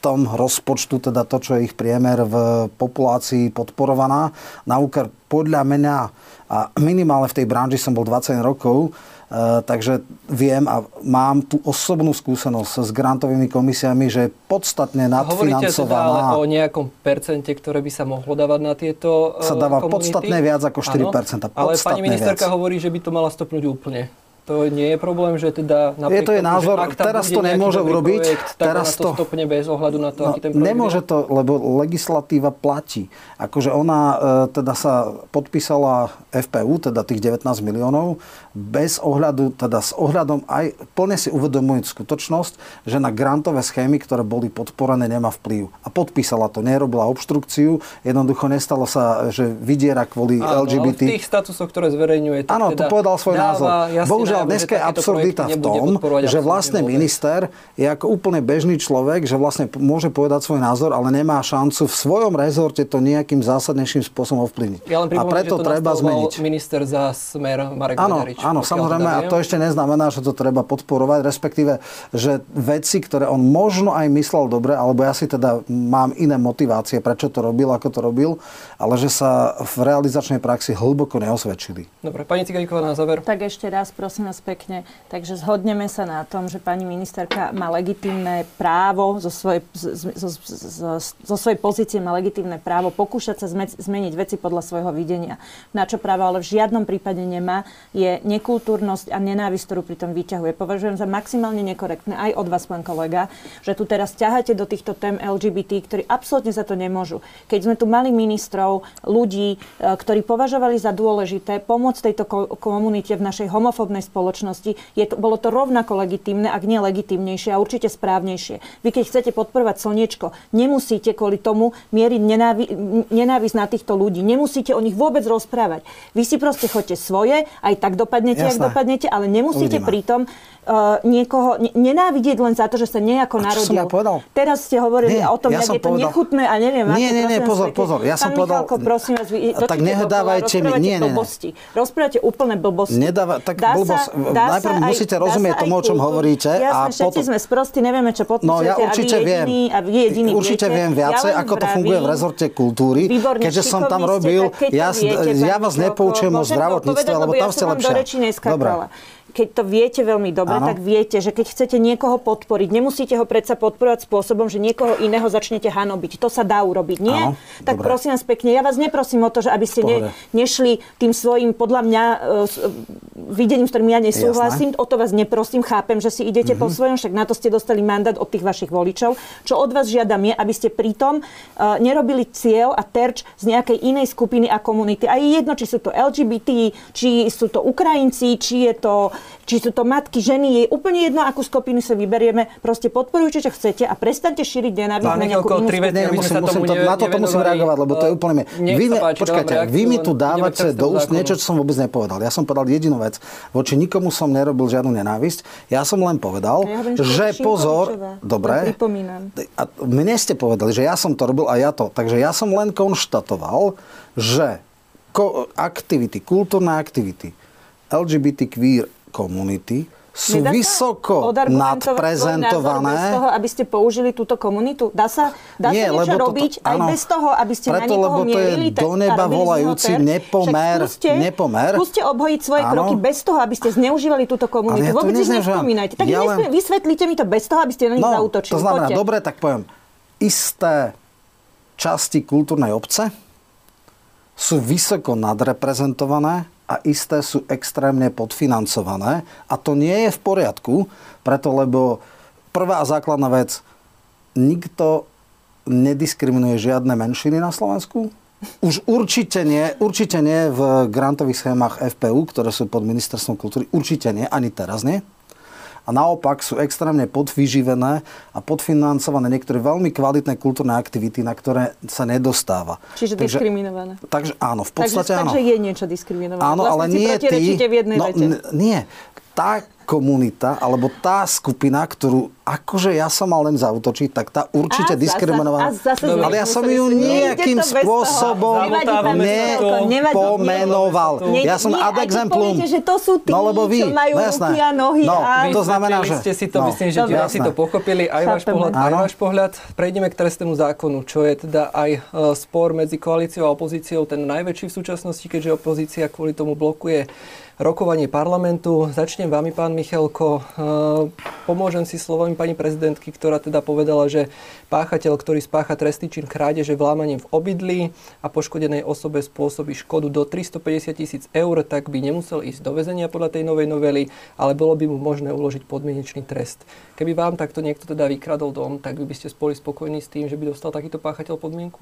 Speaker 1: rozpočtu, teda to, čo je ich priemer v populácii podporovaná. Na úkor podľa mňa, a minimálne v tej branži som bol dvadsať rokov, Uh, takže viem a mám tú osobnú skúsenosť s grantovými komisiami, že je podstatne nadfinancovaná.
Speaker 3: Hovoríte teda ale o nejakom percente, ktoré by sa mohlo dávať na tieto uh,
Speaker 1: sa dáva
Speaker 3: komunity?
Speaker 1: Podstatne viac ako štyri percentá.
Speaker 3: Ale pani ministerka
Speaker 1: viac.
Speaker 3: hovorí, že by to mala stopnúť úplne. To nie je problém, že teda
Speaker 1: je to je
Speaker 3: tomu,
Speaker 1: názor, teraz to nemôže urobiť,
Speaker 3: projekt, tak
Speaker 1: teraz
Speaker 3: to stopne bez ohľadu na to, no, aký ten projekt
Speaker 1: nemôže to, lebo legislatíva platí. Akože ona e, teda sa podpísala ef pé ú, teda tých devätnásť miliónov, bez ohľadu, teda s ohľadom aj plne si uvedomujú skutočnosť, že na grantové schémy, ktoré boli podporené, nemá vplyv. A podpísala to, nerobila obštrukciu, jednoducho nestalo sa, že vydiera kvôli
Speaker 3: áno,
Speaker 1: el gé bé té.
Speaker 3: Ale v tých statusoch, ktoré zverejňuje, tak
Speaker 1: áno,
Speaker 3: teda
Speaker 1: to povedal svoj
Speaker 3: dáva,
Speaker 1: názor. Bohužiaľ, dneska je absurdita v tom, že vlastne minister je ako úplne bežný človek, že vlastne môže povedať svoj názor, ale nemá šancu v svojom rezorte to nejakým zásadnejším spôsobom ovplyvniť.
Speaker 3: Ja len
Speaker 1: a preto
Speaker 3: že to
Speaker 1: treba zmeniť.
Speaker 3: Minister za Smer Marek
Speaker 1: Áno,
Speaker 3: Bedarič.
Speaker 1: áno, samozrejme, a to ešte neznamená, že to treba podporovať, respektíve, že veci, ktoré on možno aj myslel dobre, alebo ja si teda mám iné motivácie, prečo to robil, ako to robil, ale že sa v realizačnej praxi hlboko neosvedčili.
Speaker 3: Dobre, pani Ciganíková na záver.
Speaker 2: Tak ešte raz, prosím vás pekne. Takže zhodneme sa na tom, že pani ministerka má legitímne právo zo svojej, zo, zo, zo, zo svojej pozície má legitímne právo pokúšať sa zmeniť veci podľa svojho videnia. Na čo právo ale v žiadnom prípade nemá, je nekultúrnosť a nenávisť, ktorú pri tom vyťahuje. Považujem za maximálne nekorektné aj od vás, pán kolega, že tu teraz ťaháte do týchto tém el gé bé té, ktorí absolútne za to nemôžu. Keď sme tu mali ministrov, ľudí, ktorí považovali za dôležité pomôcť tejto komunite v našej homofóbnej spoločnosti, je to, bolo to rovnako legitímne, ak nie legitímnejšie a určite správnejšie. Vy keď chcete podporovať Slniečko, nemusíte kvôli tomu mieriť nenávi- nenávisť na týchto ľudí. Nemusíte o nich vôbec rozprávať. Vy si proste choďte svoje, aj tak dopadnete,
Speaker 1: Jasné.
Speaker 2: jak dopadnete, ale nemusíte
Speaker 1: Uvidíme.
Speaker 2: pritom uh, niekoho ne- nenávidieť len za to, že sa nejako
Speaker 1: A čo
Speaker 2: narodil.
Speaker 1: som ja povedal?
Speaker 2: Teraz ste hovorili
Speaker 1: Nie,
Speaker 2: o tom,
Speaker 1: ja
Speaker 2: jak
Speaker 1: som
Speaker 2: je to
Speaker 1: povedal-
Speaker 2: nechutné a neviem.
Speaker 1: Nie,
Speaker 2: aké,
Speaker 1: nie, nie,
Speaker 2: prosím vás
Speaker 1: pozor,
Speaker 2: pekne.
Speaker 1: pozor, ja som
Speaker 2: Pán
Speaker 1: povedal-
Speaker 2: Michalko, prosím vás, vy
Speaker 1: Tak nehodávajte mi- nie, nie, nie.
Speaker 2: blbosti. Rozprávate úplne blbosti.
Speaker 1: Nedáva, tak
Speaker 2: Dá
Speaker 1: blbosť,
Speaker 2: sa- dá
Speaker 1: najprv
Speaker 2: sa aj-
Speaker 1: musíte
Speaker 2: dá
Speaker 1: rozumieť
Speaker 2: sa
Speaker 1: tomu,
Speaker 2: aj
Speaker 1: o čom
Speaker 2: kultúr-
Speaker 1: hovoríte.
Speaker 2: Jasné,
Speaker 1: A
Speaker 2: všetci
Speaker 1: potom...
Speaker 2: sme sprostí, nevieme, čo podpisujete.
Speaker 1: No ja určite
Speaker 2: a vy
Speaker 1: viem.
Speaker 2: jediný, a vy jediný
Speaker 1: určite
Speaker 2: viete.
Speaker 1: viem viacej,
Speaker 2: Ja len
Speaker 1: ako to funguje v
Speaker 2: vravím,
Speaker 1: rezorte kultúry.
Speaker 2: Výborne,
Speaker 1: Keďže som tam
Speaker 2: šikovní ste,
Speaker 1: robil,
Speaker 2: tak keď to
Speaker 1: ja,
Speaker 2: viete,
Speaker 1: ja
Speaker 2: pán
Speaker 1: vás
Speaker 2: Michalko,
Speaker 1: nepoučujem o
Speaker 2: môžem to
Speaker 1: zdravotníctve,
Speaker 2: povedať,
Speaker 1: lebo
Speaker 2: ja
Speaker 1: tam ste
Speaker 2: som vám
Speaker 1: lepšia.
Speaker 2: do rečí neskákala. Keď to viete veľmi dobre,
Speaker 1: Áno.
Speaker 2: tak viete, že keď chcete niekoho podporiť, nemusíte ho predsa podporovať spôsobom, že niekoho iného začnete hanobiť. To sa dá urobiť, nie?
Speaker 1: Áno,
Speaker 2: Tak
Speaker 1: dobre.
Speaker 2: prosím vás pekne, ja vás neprosím o to, že aby ste ne, nešli tým svojím, podľa mňa, uh, videním, s ktorým ja nesúhlasím.
Speaker 1: Jasné.
Speaker 2: O to vás neprosím, chápem, že si idete mm-hmm. po svojom, však na to ste dostali mandát od tých vašich voličov. Čo od vás žiadam je, aby ste pritom uh, nerobili cieľ a terč z nejakej inej skupiny a komunity. A je jedno, či sú to el gé bé té, či sú to Ukrajinci, či je to či sú to matky, ženy, je úplne jedno, akú skupinu sa vyberieme. Proste podporujte, čo chcete a prestaňte šíriť nenávisť na nejakú inú
Speaker 3: tri vety,
Speaker 1: Nie, musím, musím to, na toto musím reagovať, lebo to je úplne... Vy, ne, počkajte, vy mi tu dávate do úst niečo, čo som vôbec nepovedal. Ja som povedal jedinú vec. Voči nikomu som nerobil žiadnu nenávisť. Ja som len povedal, ja viem, že pozor... Dobre. A mne ste povedali, že ja som to robil a ja to. Takže ja som len konštatoval, že ko- aktivity, kultúrne aktivity el gé bé té queer komunity sú vysoko nadprezentované.
Speaker 2: Bez toho, aby ste použili túto komunitu? Dá sa, dá
Speaker 1: Nie,
Speaker 2: sa niečo
Speaker 1: to,
Speaker 2: robiť aj áno, bez toho, aby ste
Speaker 1: preto,
Speaker 2: na nikoho mierili?
Speaker 1: Preto, lebo to je do neba volajúci nepomer.
Speaker 2: Skúste,
Speaker 1: nepomer.
Speaker 2: skúste obhojiť svoje áno. kroky bez toho, aby ste zneužívali túto komunitu. Ja Vôbec ich nespomínajte. Tak ja len... vysvetlite mi to bez toho, aby ste na nich
Speaker 1: no,
Speaker 2: zaútočili.
Speaker 1: To znamená,
Speaker 2: Poďte.
Speaker 1: dobre, tak poviem, isté časti kultúrnej obce sú vysoko nadreprezentované a isté sú extrémne podfinancované. A to nie je v poriadku, preto lebo prvá a základná vec, nikto nediskriminuje žiadne menšiny na Slovensku. Už určite nie, určite nie v grantových schémach ef pé ú, ktoré sú pod ministerstvom kultúry. Určite nie, ani teraz nie. A naopak sú extrémne podvyživené a podfinancované niektoré veľmi kvalitné kultúrne aktivity, na ktoré sa nedostáva.
Speaker 2: Čiže takže, diskriminované.
Speaker 1: Takže áno, v podstate
Speaker 2: takže,
Speaker 1: áno.
Speaker 2: Takže je niečo diskriminované.
Speaker 1: Áno,
Speaker 2: vlastne
Speaker 1: ale nie ty.
Speaker 2: V jednej
Speaker 1: no,
Speaker 2: vete.
Speaker 1: N- nie. Tá komunita, alebo tá skupina, ktorú akože ja som mal len zaútočiť, tak tá určite a diskriminovaná.
Speaker 2: Zasa, a zasa
Speaker 1: ale ja som ju nejakým spôsobom nepomenoval. Ja som ad exemplum.
Speaker 2: Poviete, že to sú tí,
Speaker 1: no, lebo vy,
Speaker 2: čo majú
Speaker 1: no,
Speaker 2: ruky a nohy.
Speaker 1: No,
Speaker 2: a...
Speaker 1: to znamená, že...
Speaker 3: ste si to,
Speaker 1: no,
Speaker 3: myslím, že diváci to pochopili, aj váš pohľad, aj váš pohľad. Prejdeme k trestnému zákonu, čo je teda aj spor medzi koalíciou a opozíciou, ten najväčší v súčasnosti, keďže opozícia kvôli tomu blokuje rokovanie parlamentu. Začnem vami, pán Michalko. Pomôžem si slovami pani prezidentky, ktorá teda povedala, že páchateľ, ktorý spácha trestný čin krádeže vlámaním v obydlí a poškodenej osobe spôsobí škodu do tristopäťdesiat tisíc eur, tak by nemusel ísť do väzenia podľa tej novej novely, ale bolo by mu možné uložiť podmienečný trest. Keby vám takto niekto teda vykradol dom, tak by by ste boli spokojní s tým, že by dostal takýto páchateľ podmienku?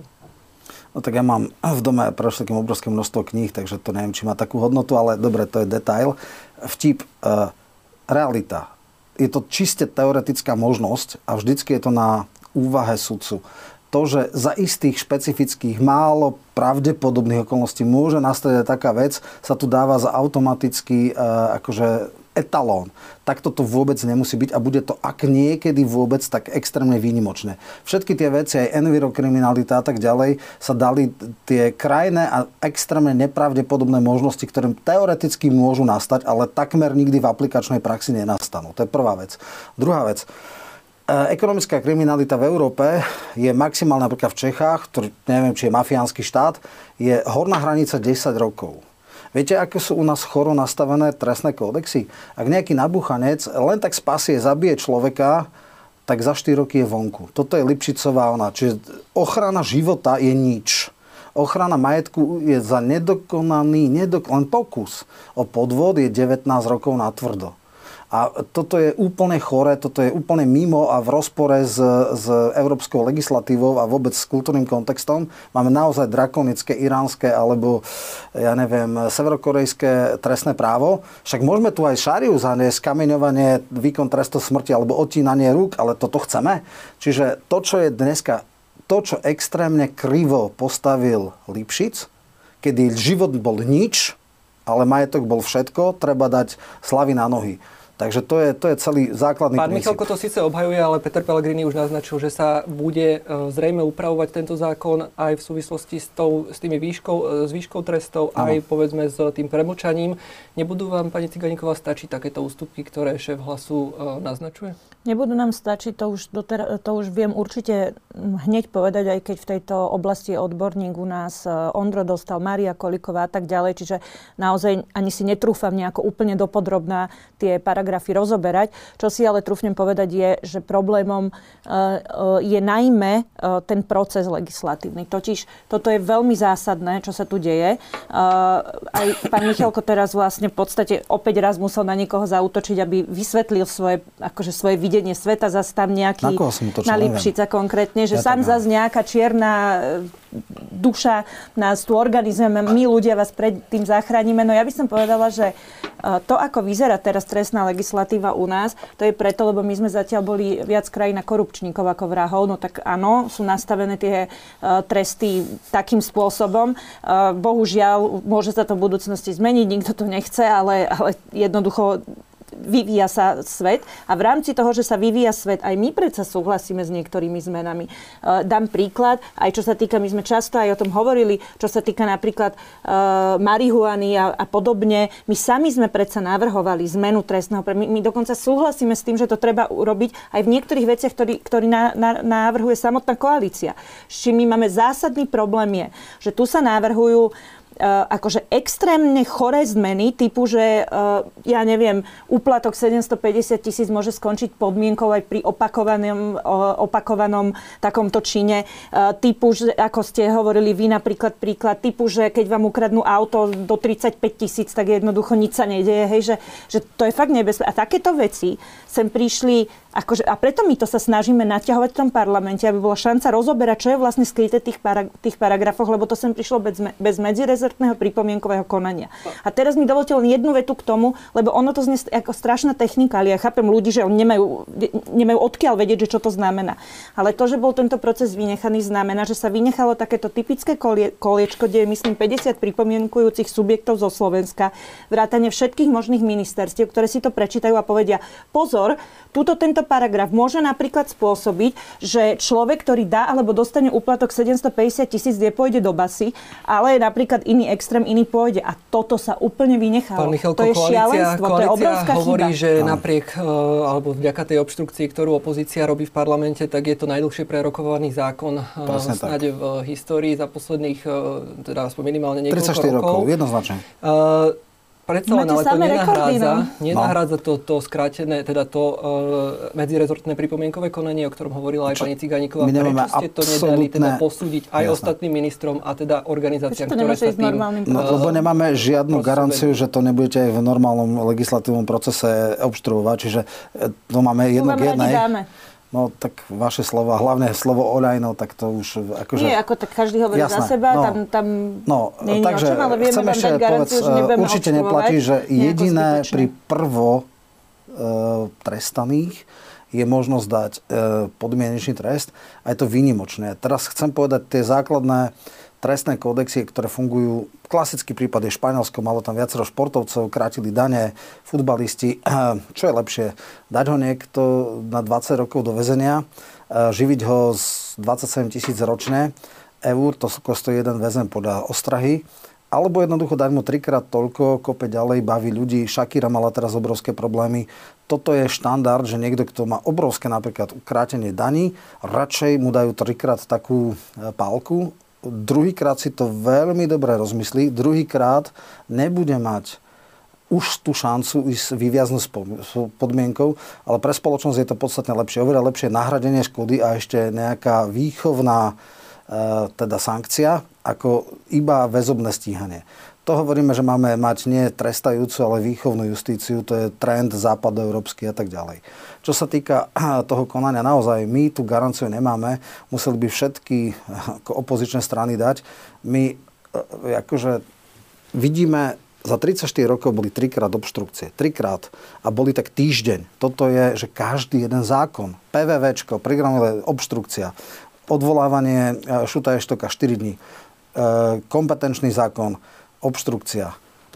Speaker 1: No tak ja mám v dome pre všetkým obrovské množstvo kníh, takže to neviem, či má takú hodnotu, ale dobre, to je detail. Vtip, e, realita. Je to čiste teoretická možnosť a vždycky je to na úvahe sudcu. To, že za istých špecifických, málo pravdepodobných okolností môže nastať taká vec, sa tu dáva za automatický e, akože etalón. Takto to vôbec nemusí byť a bude to, ak niekedy vôbec, tak extrémne výnimočné. Všetky tie veci, aj envirokriminalita a tak ďalej, sa dali tie krajné a extrémne nepravdepodobné možnosti, ktoré teoreticky môžu nastať, ale takmer nikdy v aplikačnej praxi nenastanú. To je prvá vec. Druhá vec. Ekonomická kriminalita v Európe je maximálna napríklad v Čechách, ktorý, neviem, či je mafiánsky štát, je horná hranica desať rokov. Viete, aké sú u nás choro nastavené trestné kódexy? Ak nejaký nabuchanec len tak spasie, zabije človeka, tak za štyri roky je vonku. Toto je Lipšicová ona. Čiže ochrana života je nič. Ochrana majetku je za nedokonaný, nedok- len pokus o podvod je devätnásť rokov na tvrdo. A toto je úplne choré, toto je úplne mimo a v rozpore s, s európskou legislatívou a vôbec s kultúrnym kontextom. Máme naozaj drakonické, iránske alebo, ja neviem, severokorejské trestné právo. Však môžeme tu aj šariu zaniesť, kameňovanie, výkon trestu smrti alebo odtínanie rúk, ale toto chceme. Čiže to, čo je dneska, to, čo extrémne krivo postavil Lipšic, kedy život bol nič, ale majetok bol všetko, treba dať slavy na nohy. Takže to je, to je celý základný
Speaker 3: Pán
Speaker 1: princíp.
Speaker 3: Michalko to síce obhajuje, ale Peter Pellegrini už naznačil, že sa bude zrejme upravovať tento zákon aj v súvislosti s, tou, s tými výškou, s výškou trestov, ano. Aj povedzme s tým premlčaním. Nebudú vám, pani Ciganíková, stačiť takéto ústupky, ktoré šéf Hlasu uh, naznačuje? Nebudú nám stačiť, to už, doter- to už viem určite hneď povedať, aj keď v tejto oblasti je odborník u nás Ondro Dostal, Mária Kolíková a tak ďalej, čiže naozaj ani si netrúfam nejako úplne dopodrobná tie paragrafy rozoberať. Čo si ale trúfnem povedať je, že problémom je najmä ten proces legislatívny. Totiž toto je veľmi zásadné, čo sa tu deje. Aj pán Michalko teraz vlastne v podstate opäť raz musel na niekoho zaútočiť, aby vysvetlil svoje, akože svoje videnie sveta, zase tam nejaký na, na Lipšica konkrétne, že ja sám zase nejaká čierna duša nás tu organizujeme, my ľudia vás pred tým zachránime. No ja by som povedala, že to, ako vyzerá teraz trestná legislatíva u nás, to je preto, lebo my sme zatiaľ boli viac krajina korupčníkov ako vrahov. No tak áno, sú nastavené tie uh, tresty takým spôsobom. Uh, bohužiaľ, môže sa to v budúcnosti zmeniť, nikto to nechce, ale, ale jednoducho
Speaker 2: vyvíja sa svet a v rámci toho, že sa vyvíja svet, aj my predsa súhlasíme s niektorými zmenami. Uh, dám príklad, aj čo sa týka, my sme často aj o tom hovorili, čo sa týka napríklad uh, marihuany a, a podobne. My sami sme predsa navrhovali zmenu trestného. My, my dokonca súhlasíme s tým, že to treba urobiť aj v niektorých veciach, ktorý, ktorý na, na, navrhuje samotná koalícia. S čím my máme zásadný problém je, že tu sa navrhujú Uh, akože extrémne choré zmeny typu, že uh, ja neviem, úplatok sedemstopäťdesiat tisíc môže skončiť podmienkou aj pri opakovanom, uh, opakovanom takomto čine. Uh, typu, že ako ste hovorili vy napríklad príklad, typu, že keď vám ukradnú auto do tridsaťpäť tisíc, tak jednoducho nič sa nedeje. Hej, že, že to je fakt nebezpečné. A takéto veci sem prišli akože, a preto my to sa snažíme naťahovať v tom parlamente, aby bola šanca rozoberať, čo je vlastne skryté tých, para, tých paragrafoch, lebo to sem prišlo bez, bez medzirezortného pripomienkového konania. A teraz mi dovolte len jednu vetu k tomu, lebo ono to znie ako strašná technika, ale ja chápem ľudí, že oni nemajú, nemajú odkiaľ vedieť, že čo to znamená. Ale to, že bol tento proces vynechaný, znamená, že sa vynechalo takéto typické kolie, koliečko, kde je, myslím, päťdesiat pripomienkujúcich subjektov zo Slovenska, vrátane všetkých možných ministerstiev, ktoré si to prečítajú a povedia: pozor, túto tento paragraf môže napríklad spôsobiť, že človek, ktorý dá alebo dostane úplatok sedemstopäťdesiat tisíc, nepôjde do basy, ale napríklad iný extrém, iný pôjde. A toto sa úplne vynechalo.
Speaker 3: Pán Michalko,
Speaker 2: to je
Speaker 3: koalícia,
Speaker 2: šialenstvo, to je obrovská
Speaker 3: hovorí,
Speaker 2: chyba.
Speaker 3: že napriek, alebo vďaka tej obštrukcii, ktorú opozícia robí v parlamente, tak je to najdlhšie prerokovaný zákon snáď v histórii za posledných, teda aspoň minimálne niekoľko
Speaker 1: tridsaťštyri rokov. rokov, jednoznačne. Uh,
Speaker 3: Predsa len, ale to nenahrádza, nenahrádza
Speaker 1: no.
Speaker 3: to, to skrátené, teda to uh, medzirezortné pripomienkové konanie, o ktorom hovorila aj Čo? pani Cigániková. Prečo ste to nedali teda posúdiť aj Jasne. ostatným ministrom a teda organizáciám, ktoré sa tým...
Speaker 1: No, lebo nemáme žiadnu garanciu, že to nebudete aj v normálnom legislatívnom procese obštruovať, čiže to máme jedno k jednej. No tak vaše slova, hlavne slovo Oľajno, tak to už akože...
Speaker 2: Nie, ako tak každý hovorí Jasné, za seba, no, tam, tam
Speaker 1: no,
Speaker 2: nie je takže, o čom, ale vieme vám dať garanciu, že nebudeme
Speaker 1: určite neplatí, že jediné pri prvo e, trestaných je možnosť dať e, podmienečný trest a je to výnimočné. Teraz chcem povedať, tie základné trestné kódexy, ktoré fungujú, klasický prípad je Španielsko, malo tam viacero športovcov, krátili dane, futbalisti. Čo je lepšie? Dať ho niekto na dvadsať rokov do väzenia, živiť ho z dvadsaťsedem tisíc ročne eur, to stojí jeden väzen podľa ostrahy, alebo jednoducho dať mu trikrát toľko, kope ďalej, baví ľudí. Shakira mala teraz obrovské problémy. Toto je štandard, že niekto, kto má obrovské napríklad krátenie daní, radšej mu dajú trikrát takú pálku. Druhýkrát si to veľmi dobre rozmyslí, druhýkrát nebude mať už tú šancu ísť vyviaznuť s podmienkou, ale pre spoločnosť je to podstatne lepšie. Oveľa lepšie nahradenie škody a ešte nejaká výchovná e, teda sankcia, ako iba väzobné stíhanie. To hovoríme, že máme mať nie trestajúcu, ale výchovnú justíciu, to je trend západoeurópsky a tak ďalej. Čo sa týka toho konania, naozaj my tú garanciu nemáme, museli by všetky ako opozičné strany dať. My akože vidíme, za tridsaťštyri rokov boli trikrát obštrukcie, trikrát a boli tak týždeň. Toto je, že každý jeden zákon, PVVčko, programové obštrukcia, odvolávanie Šuta Eštoka štyri dní, kompetenčný zákon, obštrukcia,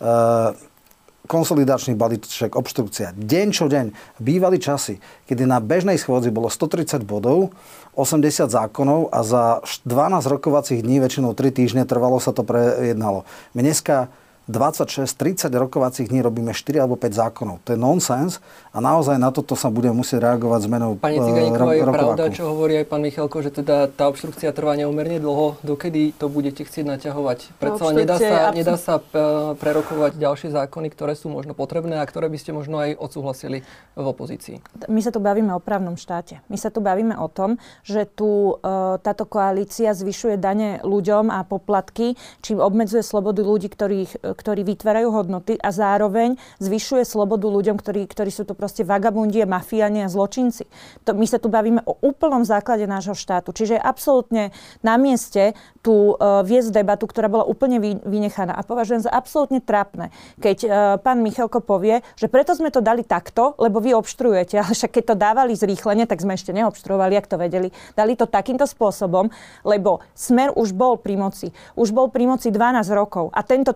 Speaker 1: konsolidačný balíček, obštrukcia. Deň čo deň. Bývali časy, kedy na bežnej schôdzi bolo stotridsať bodov, osemdesiat zákonov a za dvanásť rokovacích dní, väčšinou tri týždne, trvalo sa to prejednalo. My dneska dvadsaťšesť tridsať rokovacích dní robíme štyri alebo päť zákonov. To je nonsens a naozaj na toto sa budeme musieť reagovať zmenou rokováku.
Speaker 3: Pani Cigániková, je pravda, čo hovorí aj pán Michalko, že teda tá obštrukcia trvá neúmerne dlho. Dokedy to budete chcieť naťahovať? Predsa len nedá sa, nedá sa prerokovať ďalšie zákony, ktoré sú možno potrebné a ktoré by ste možno aj odsúhlasili v opozícii. My
Speaker 2: sa tu bavíme o právnom štáte. My sa tu bavíme o tom, že tu e, táto koalícia zvyšuje dane ľuďom a poplatky, čím obmedzuje slobodu ľudí, ktorých ktorí vytvárajú hodnoty a zároveň zvyšuje slobodu ľuďom, ktorí, ktorí sú tu proste vagabundi, mafiáni a zločinci. To, my sa tu bavíme o úplnom základe nášho štátu. Čiže je absolútne na mieste tu uh, viesť debatu, ktorá bola úplne vy, vynechaná. A považujem za absolútne trápne, keď uh, pán Michalko povie, že preto sme to dali takto, lebo vy obštrujete. Ale však keď to dávali zrýchlene, tak sme ešte neobštruovali, ak to vedeli. Dali to takýmto spôsobom, lebo Smer už bol pri moci. Už bol pri moci dvanásť rokov a tento trestný zákon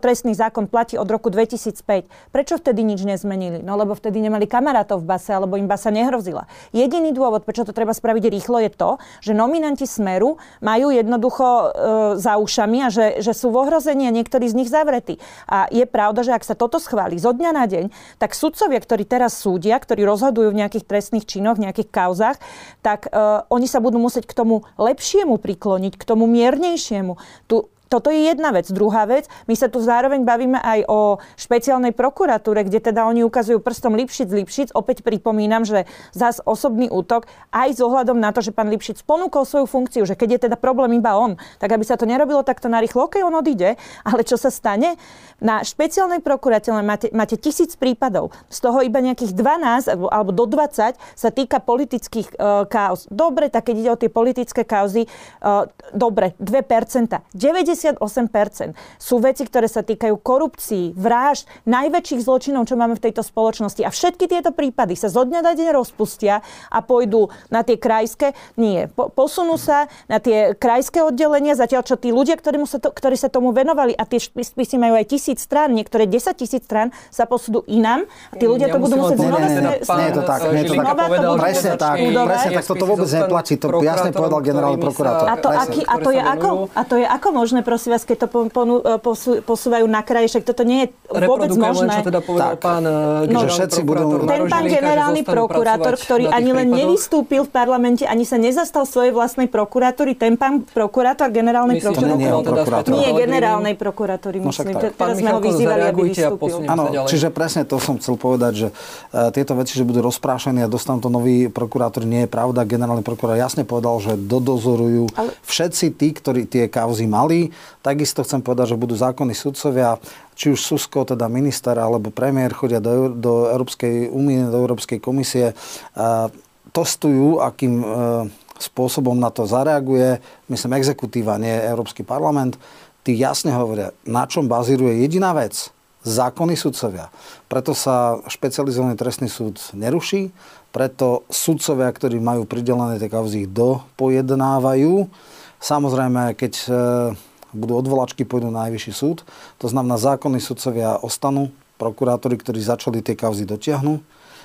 Speaker 2: zákon platí od roku dvetisícpäť. Prečo vtedy nič nezmenili? No lebo vtedy nemali kamarátov v base, alebo im basa nehrozila. Jediný dôvod, prečo to treba spraviť rýchlo, je to, že nominanti Smeru majú jednoducho e, za ušami a že, že sú v ohrození a niektorí z nich zavretí. A je pravda, že ak sa toto schváli zo dňa na deň, tak sudcovia, ktorí teraz súdia, ktorí rozhodujú v nejakých trestných činoch, v nejakých kauzách, tak e, oni sa budú musieť k tomu lepšiemu prikloniť, k tomu miernejšiemu. Tu Toto je jedna vec. Druhá vec, my sa tu zároveň bavíme aj o špeciálnej prokuratúre, kde teda oni ukazujú prstom Lipšic, Lipšic. Opäť pripomínam, že zás osobný útok aj s ohľadom na to, že pán Lipšic ponúkol svoju funkciu, že keď je teda problém iba on, tak aby sa to nerobilo takto narýchlo, okej, on odíde, ale čo sa stane? Na špeciálnej prokuratúre máte, máte tisíc prípadov. Z toho iba nejakých dvanásť alebo, alebo do dvadsať sa týka politických uh, kauz. Dobre, tak keď ide o tie politické kauzy, uh, dobre, dve percentá. deväťdesiatosem percent sú veci, ktoré sa týkajú korupcií, vražd, najväčších zločinov, čo máme v tejto spoločnosti. A všetky tieto prípady sa zo dňa na deň rozpustia a pôjdu na tie krajské. Nie. Po, posunú sa na tie krajské oddelenia, zatiaľ čo tí ľudia, ktorí sa, to, ktorí sa tomu venovali, a tie spisy majú aj tisíc strán, niektoré desať tisíc strán, sa posúdu inám. A tí ľudia ja to budú musieť znova...
Speaker 1: Nie je to tak. Nie je to tak. Presne tak. Presne tak. Toto vôbec neplatí. To jasne povedal generálny prokurátor.
Speaker 2: A to, aký, a to je ako? A to je ako možné, prosím vás, keď to ponu, posú, posúvajú na kraje, však toto nie je vôbec možné.
Speaker 3: Len, čo teda povedal
Speaker 1: tak,
Speaker 3: pán
Speaker 1: no, že všetci budú...
Speaker 2: Ten pán generálny prokurátor, ktorý ani len prípadoch. nevystúpil v parlamente, ani sa nezastal svojej vlastnej prokuratúry, ten pán prokurátor generálnej prokuratúry. Nie, generálnej prokuratúry, myslím. Teraz sme ho vyzývali, aby vystúpil.
Speaker 1: Áno, čiže presne to som chcel povedať, že uh, tieto veci, že budú rozprášení a dostanú to noví prokurátori, nie je pravda. Generálny prokurátor jasne povedal, že dodozorujú Ale... všetci tí, ktorí tie kauzy mali. Takisto chcem povedať, že budú zákonní sudcovia, či už Susko, teda minister alebo premiér, chodia do, do Európskej únie, do Európskej komisie, uh, testujú, akým uh, spôsobom na to zareaguje, myslím, exekutíva, nie Európsky parlament. Tí jasne hovoria, na čom bazíruje jediná vec. Zákonní sudcovia. Preto sa špecializovaný trestný súd neruší, preto sudcovia, ktorí majú pridelené tie kauzy, ich dopojednávajú. Samozrejme, keď e, budú odvolačky, pôjdu na najvyšší súd. To znamená, zákonní sudcovia ostanú, prokurátori, ktorí začali tie kauzy, dotiahnu.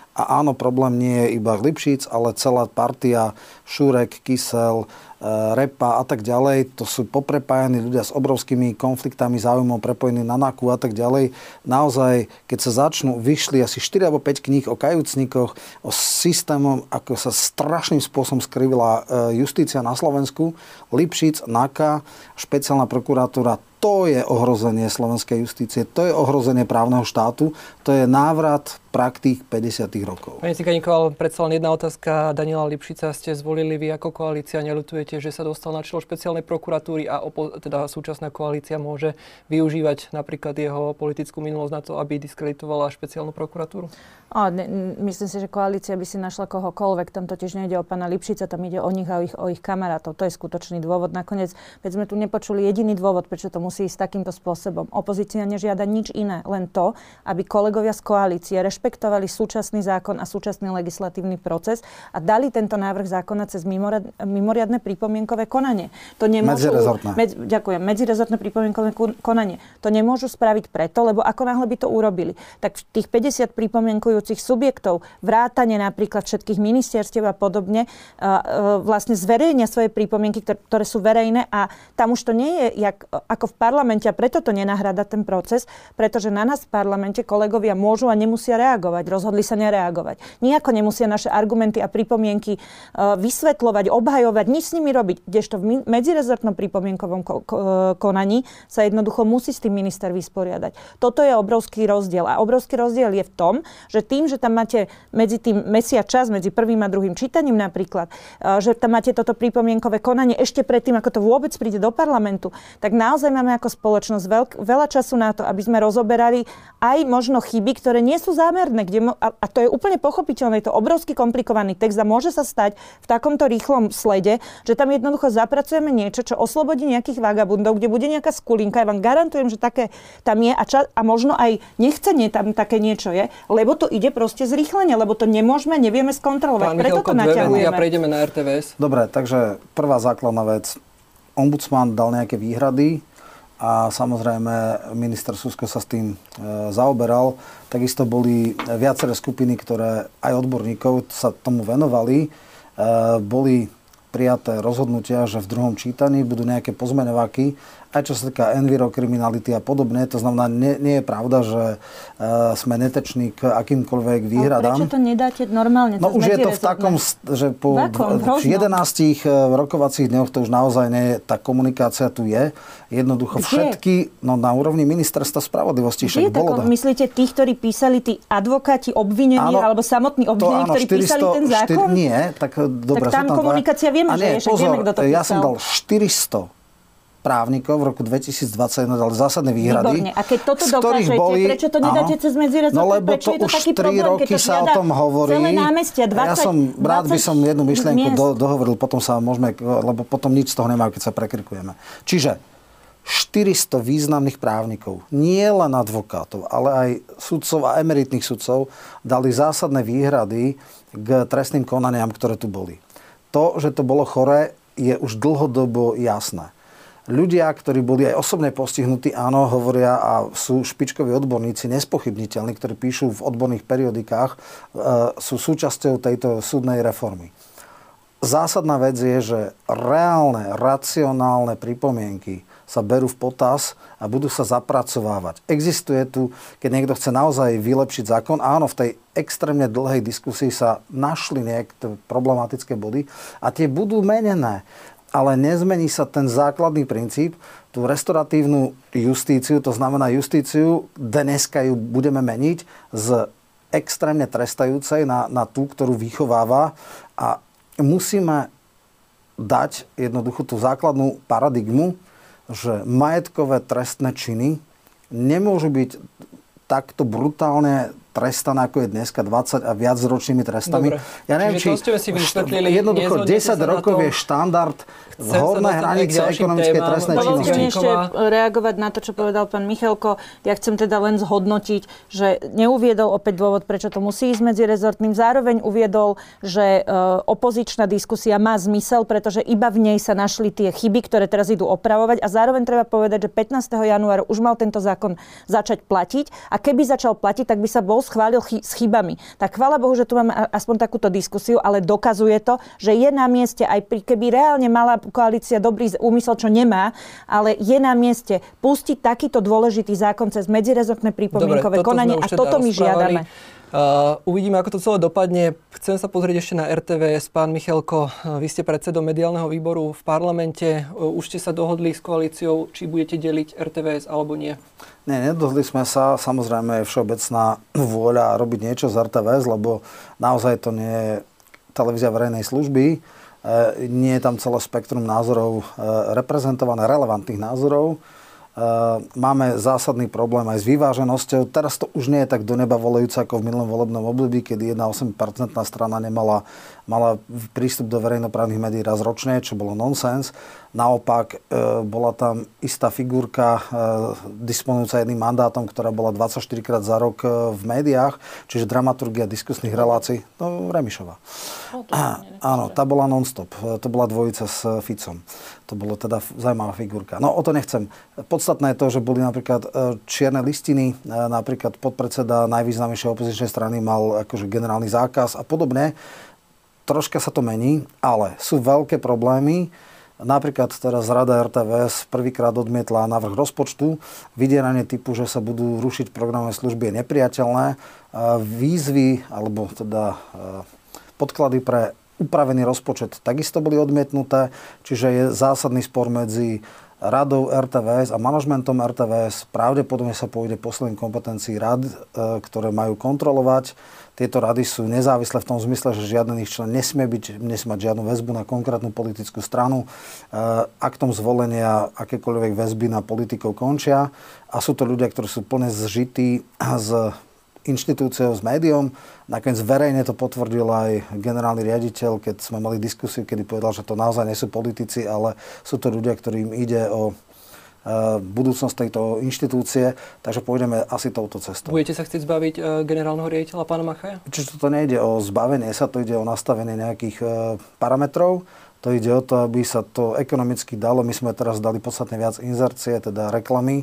Speaker 1: A áno, problém nie je iba Lipšic, ale celá partia, Šurek, Kysel, Repa a tak ďalej. To sú poprepájani ľudia s obrovskými konfliktami, záujmov, prepojení na NAKU a tak ďalej. Naozaj, keď sa začnú, vyšli asi štyri alebo päť kníh o kajúcnikoch, o systémom, ako sa strašným spôsobom skrivila justícia na Slovensku. Lipšic, NAKA, špeciálna prokuratúra, to je ohrozenie slovenskej justície, to je ohrozenie právneho štátu, to je návrat praktík päťdesiatych rokov.
Speaker 3: Pani Cikaníková, ale predsa len jedna otázka. Daniela Lipšica ste zvolili vy ako koalícia. Neľutujete, že sa dostal na čelo špeciálnej prokuratúry a opo- teda súčasná koalícia môže využívať napríklad jeho politickú minulosť na to, aby diskreditovala špeciálnu prokuratúru?
Speaker 2: O, ne, myslím si, že koalícia by si našla kohokoľvek. Tam totiž nejde o pána Lipšica, tam ide o nich a o ich, o ich kamarátov. To je skutočný dôvod. Nakoniec, veď sme tu nepočuli jediný dôvod, prečo to musí ísť takýmto spôsobom. Opozícia nežiada nič iné, len to, aby kolegovia z koalície rešpektovali súčasný zákon a súčasný legislatívny proces a dali tento návrh zákona cez mimoriadne, mimoriadne pripomienkové konanie. To nemôžu,
Speaker 1: medzirezortné.
Speaker 2: Medzi, ďakujem. Medzirezortné pripomienkové konanie. To nemôžu spraviť preto, lebo ako náhle by to urobili, tak tých päťdesiat pripomienkujú subjektov, vrátane napríklad všetkých ministerstiev a podobne, vlastne zverejnia svoje pripomienky, ktoré, ktoré sú verejné a tam už to nie je jak, ako v parlamente a preto to nenahrada ten proces, pretože na nás v parlamente kolegovia môžu a nemusia reagovať, rozhodli sa nereagovať. Nijako nemusia naše argumenty a pripomienky vysvetľovať, obhajovať, nič s nimi robiť, kdežto v medzirezortnom pripomienkovom konaní sa jednoducho musí s tým minister vysporiadať. Toto je obrovský rozdiel a obrovský rozdiel je v tom, že tým, že tam máte medzi tým mesiac čas, medzi prvým a druhým čítaním napríklad, že tam máte toto pripomienkové konanie ešte predtým, ako to vôbec príde do parlamentu, tak naozaj máme ako spoločnosť veľk, veľa času na to, aby sme rozoberali aj možno chyby, ktoré nie sú zámerné, kde mo- a, a to je úplne pochopiteľné, je to obrovský komplikovaný text a môže sa stať v takomto rýchlom slede, že tam jednoducho zapracujeme niečo, čo oslobodí nejakých vagabundov, kde bude nejaká skulinka. Ja vám garantujem, že také tam je a, čas, a možno aj nechcenie tam také niečo je, lebo to ide proste zrýchlenie, lebo to nemôžeme, nevieme skontrolovať.
Speaker 3: Pán
Speaker 2: Preto
Speaker 3: Michalko,
Speaker 2: to naťahujeme.
Speaker 3: A prejdeme na er té vé es.
Speaker 1: Dobre, takže prvá základná vec. Ombudsman dal nejaké výhrady a samozrejme minister Susko sa s tým e, zaoberal. Takisto boli viaceré skupiny, ktoré aj odborníkov sa tomu venovali. E, boli prijaté rozhodnutia, že v druhom čítaní budú nejaké pozmeňováky, aj čo sa týka envirokriminality a podobne. To znamená, nie, nie je pravda, že uh, sme neteční k akýmkoľvek výhradám.
Speaker 2: Ale prečo to nedáte normálne?
Speaker 1: No už je to v takom, že po jedenástich rokovacích dňoch to už naozaj nie je, tá komunikácia tu je. Jednoducho
Speaker 2: Kde?
Speaker 1: všetky, no na úrovni ministerstva spravodlivosti.
Speaker 2: Kde je tako, myslíte tých, ktorí písali, tí advokáti obvinení, áno, alebo samotní obvinení, ktorí
Speaker 1: štyristo,
Speaker 2: písali ten zákon?
Speaker 1: štyri, nie, tak dobre.
Speaker 2: Tak tam komunikácia vieme, že je, však vieme, kto to písal.
Speaker 1: Ja som dal štyristo právnikov v roku dvetisícdvadsaťjeden dali zásadné výhrady.
Speaker 2: Výborne. A keď toto dokážete, boli, prečo to nedáte áno, cez medzirezortné?
Speaker 1: No lebo
Speaker 2: prečo
Speaker 1: to
Speaker 2: je to
Speaker 1: už
Speaker 2: taký
Speaker 1: tri
Speaker 2: problém,
Speaker 1: roky sa o tom hovorí.
Speaker 2: Celé námestia, dvadsať,
Speaker 1: ja som rád by som jednu myšlienku do, dohovoril, potom sa môžeme, lebo potom nič z toho nemajú, keď sa prekrikujeme. Čiže štyristo významných právnikov, nie len advokátov, ale aj sudcov a emeritných sudcov dali zásadné výhrady k trestným konaniam, ktoré tu boli. To, že to bolo choré, je už dlhodobo jasné. Ľudia, ktorí boli aj osobne postihnutí, áno, hovoria a sú špičkoví odborníci, nespochybniteľní, ktorí píšu v odborných periodikách, e, sú súčasťou tejto súdnej reformy. Zásadná vec je, že reálne, racionálne pripomienky sa berú v potaz a budú sa zapracovávať. Existuje tu, keď niekto chce naozaj vylepšiť zákon, áno, v tej extrémne dlhej diskusii sa našli nejaké problematické body a tie budú menené. Ale nezmení sa ten základný princíp, tú restauratívnu justíciu, to znamená justíciu, dneska ju budeme meniť z extrémne trestajúcej na, na tú, ktorú vychováva a musíme dať jednoducho tú základnú paradigmu, že majetkové trestné činy nemôžu byť takto brutálne trestané, ako je dneska, dvadsať a viac ročnými trestami.
Speaker 3: Dobre.
Speaker 1: Ja neviem,
Speaker 3: čiže to ste si vysvetlili.
Speaker 1: Jednoducho desať rokov je štandard v hornej hranice ekonomickej trestnej činnosti.
Speaker 2: Chcem ešte reagovať na to, čo povedal pán Michalko. Ja chcem teda len zhodnotiť, že neuviedol opäť dôvod, prečo to musí ísť medzirezortným. Zároveň uviedol, že opozičná diskusia má zmysel, pretože iba v nej sa našli tie chyby, ktoré teraz idú opravovať. A zároveň treba povedať, že pätnásteho januára už mal tento zákon začať platiť. A keby začal platiť, tak by sa bol schválil chy- s chybami. Tak chvála Bohu, že tu máme aspoň takúto diskusiu, ale dokazuje to, že je na mieste, aj pri, keby reálne mala koalícia dobrý úmysel, čo nemá, ale je na mieste pustiť takýto dôležitý zákon cez medzirezortné pripomienkové konanie a toto my žiadame.
Speaker 3: Uh, uvidíme, ako to celé dopadne. Chcem sa pozrieť ešte na er té vé es. Pán Michalko, vy ste predsedom mediálneho výboru v parlamente. Uh, už ste sa dohodli s koalíciou, či budete deliť er té vé es alebo nie?
Speaker 1: Nie, nedohodli sme sa. Samozrejme je všeobecná vôľa robiť niečo z er té vé es, lebo naozaj to nie je televízia verejnej služby. E, nie je tam celé spektrum názorov e, reprezentované, relevantných názorov. Máme zásadný problém aj s vyváženosťou. Teraz to už nie je tak do neba volajúce ako v minulom volebnom období, kedy jedna celá osem percentná strana nemala mala prístup do verejnoprávnych médií raz ročne, čo bolo nonsens. Naopak bola tam istá figurka disponujúca jedným mandátom, ktorá bola dvadsaťštyri krát za rok v médiách, čiže dramaturgia diskusných relácií. No, Remišová.
Speaker 2: Oh,
Speaker 1: áno, tá bola non-stop. To bola dvojica s Ficom. To bolo teda zaujímavá figurka. No o to nechcem. Podstatné je to, že boli napríklad čierne listiny, napríklad podpredseda najvýznamnejšej opozičnej strany mal akože generálny zákaz a podobne. Troška sa to mení, ale sú veľké problémy. Napríklad teraz Rada er té vé es prvýkrát odmietla návrh rozpočtu. Vydieranie typu, že sa budú rušiť programové služby, je nepriateľné. Výzvy, alebo teda podklady pre upravený rozpočet takisto boli odmietnuté, čiže je zásadný spor medzi radou er té vé es a manažmentom er té vé es. Pravdepodobne sa pôjde posledných kompetencií rad, ktoré majú kontrolovať. Tieto rady sú nezávislé v tom zmysle, že žiaden ich člen nesmie byť, nesmie mať žiadnu väzbu na konkrétnu politickú stranu. Aktom zvolenia akékoľvek väzby na politikov končia a sú to ľudia, ktorí sú plne zžití z inštitúciou, s médiom. Nakoniec verejne to potvrdil aj generálny riaditeľ, keď sme mali diskusiu, kedy povedal, že to naozaj nie sú politici, ale sú to ľudia, ktorým ide o budúcnosť tejto inštitúcie, takže pôjdeme asi touto cestou.
Speaker 3: Budete sa chcieť zbaviť generálneho riaditeľa pána Machaja?
Speaker 1: Čiže to nejde o zbavenie sa, to ide o nastavenie nejakých parametrov. To ide o to, aby sa to ekonomicky dalo. My sme teraz dali podstatne viac inzercie, teda reklamy.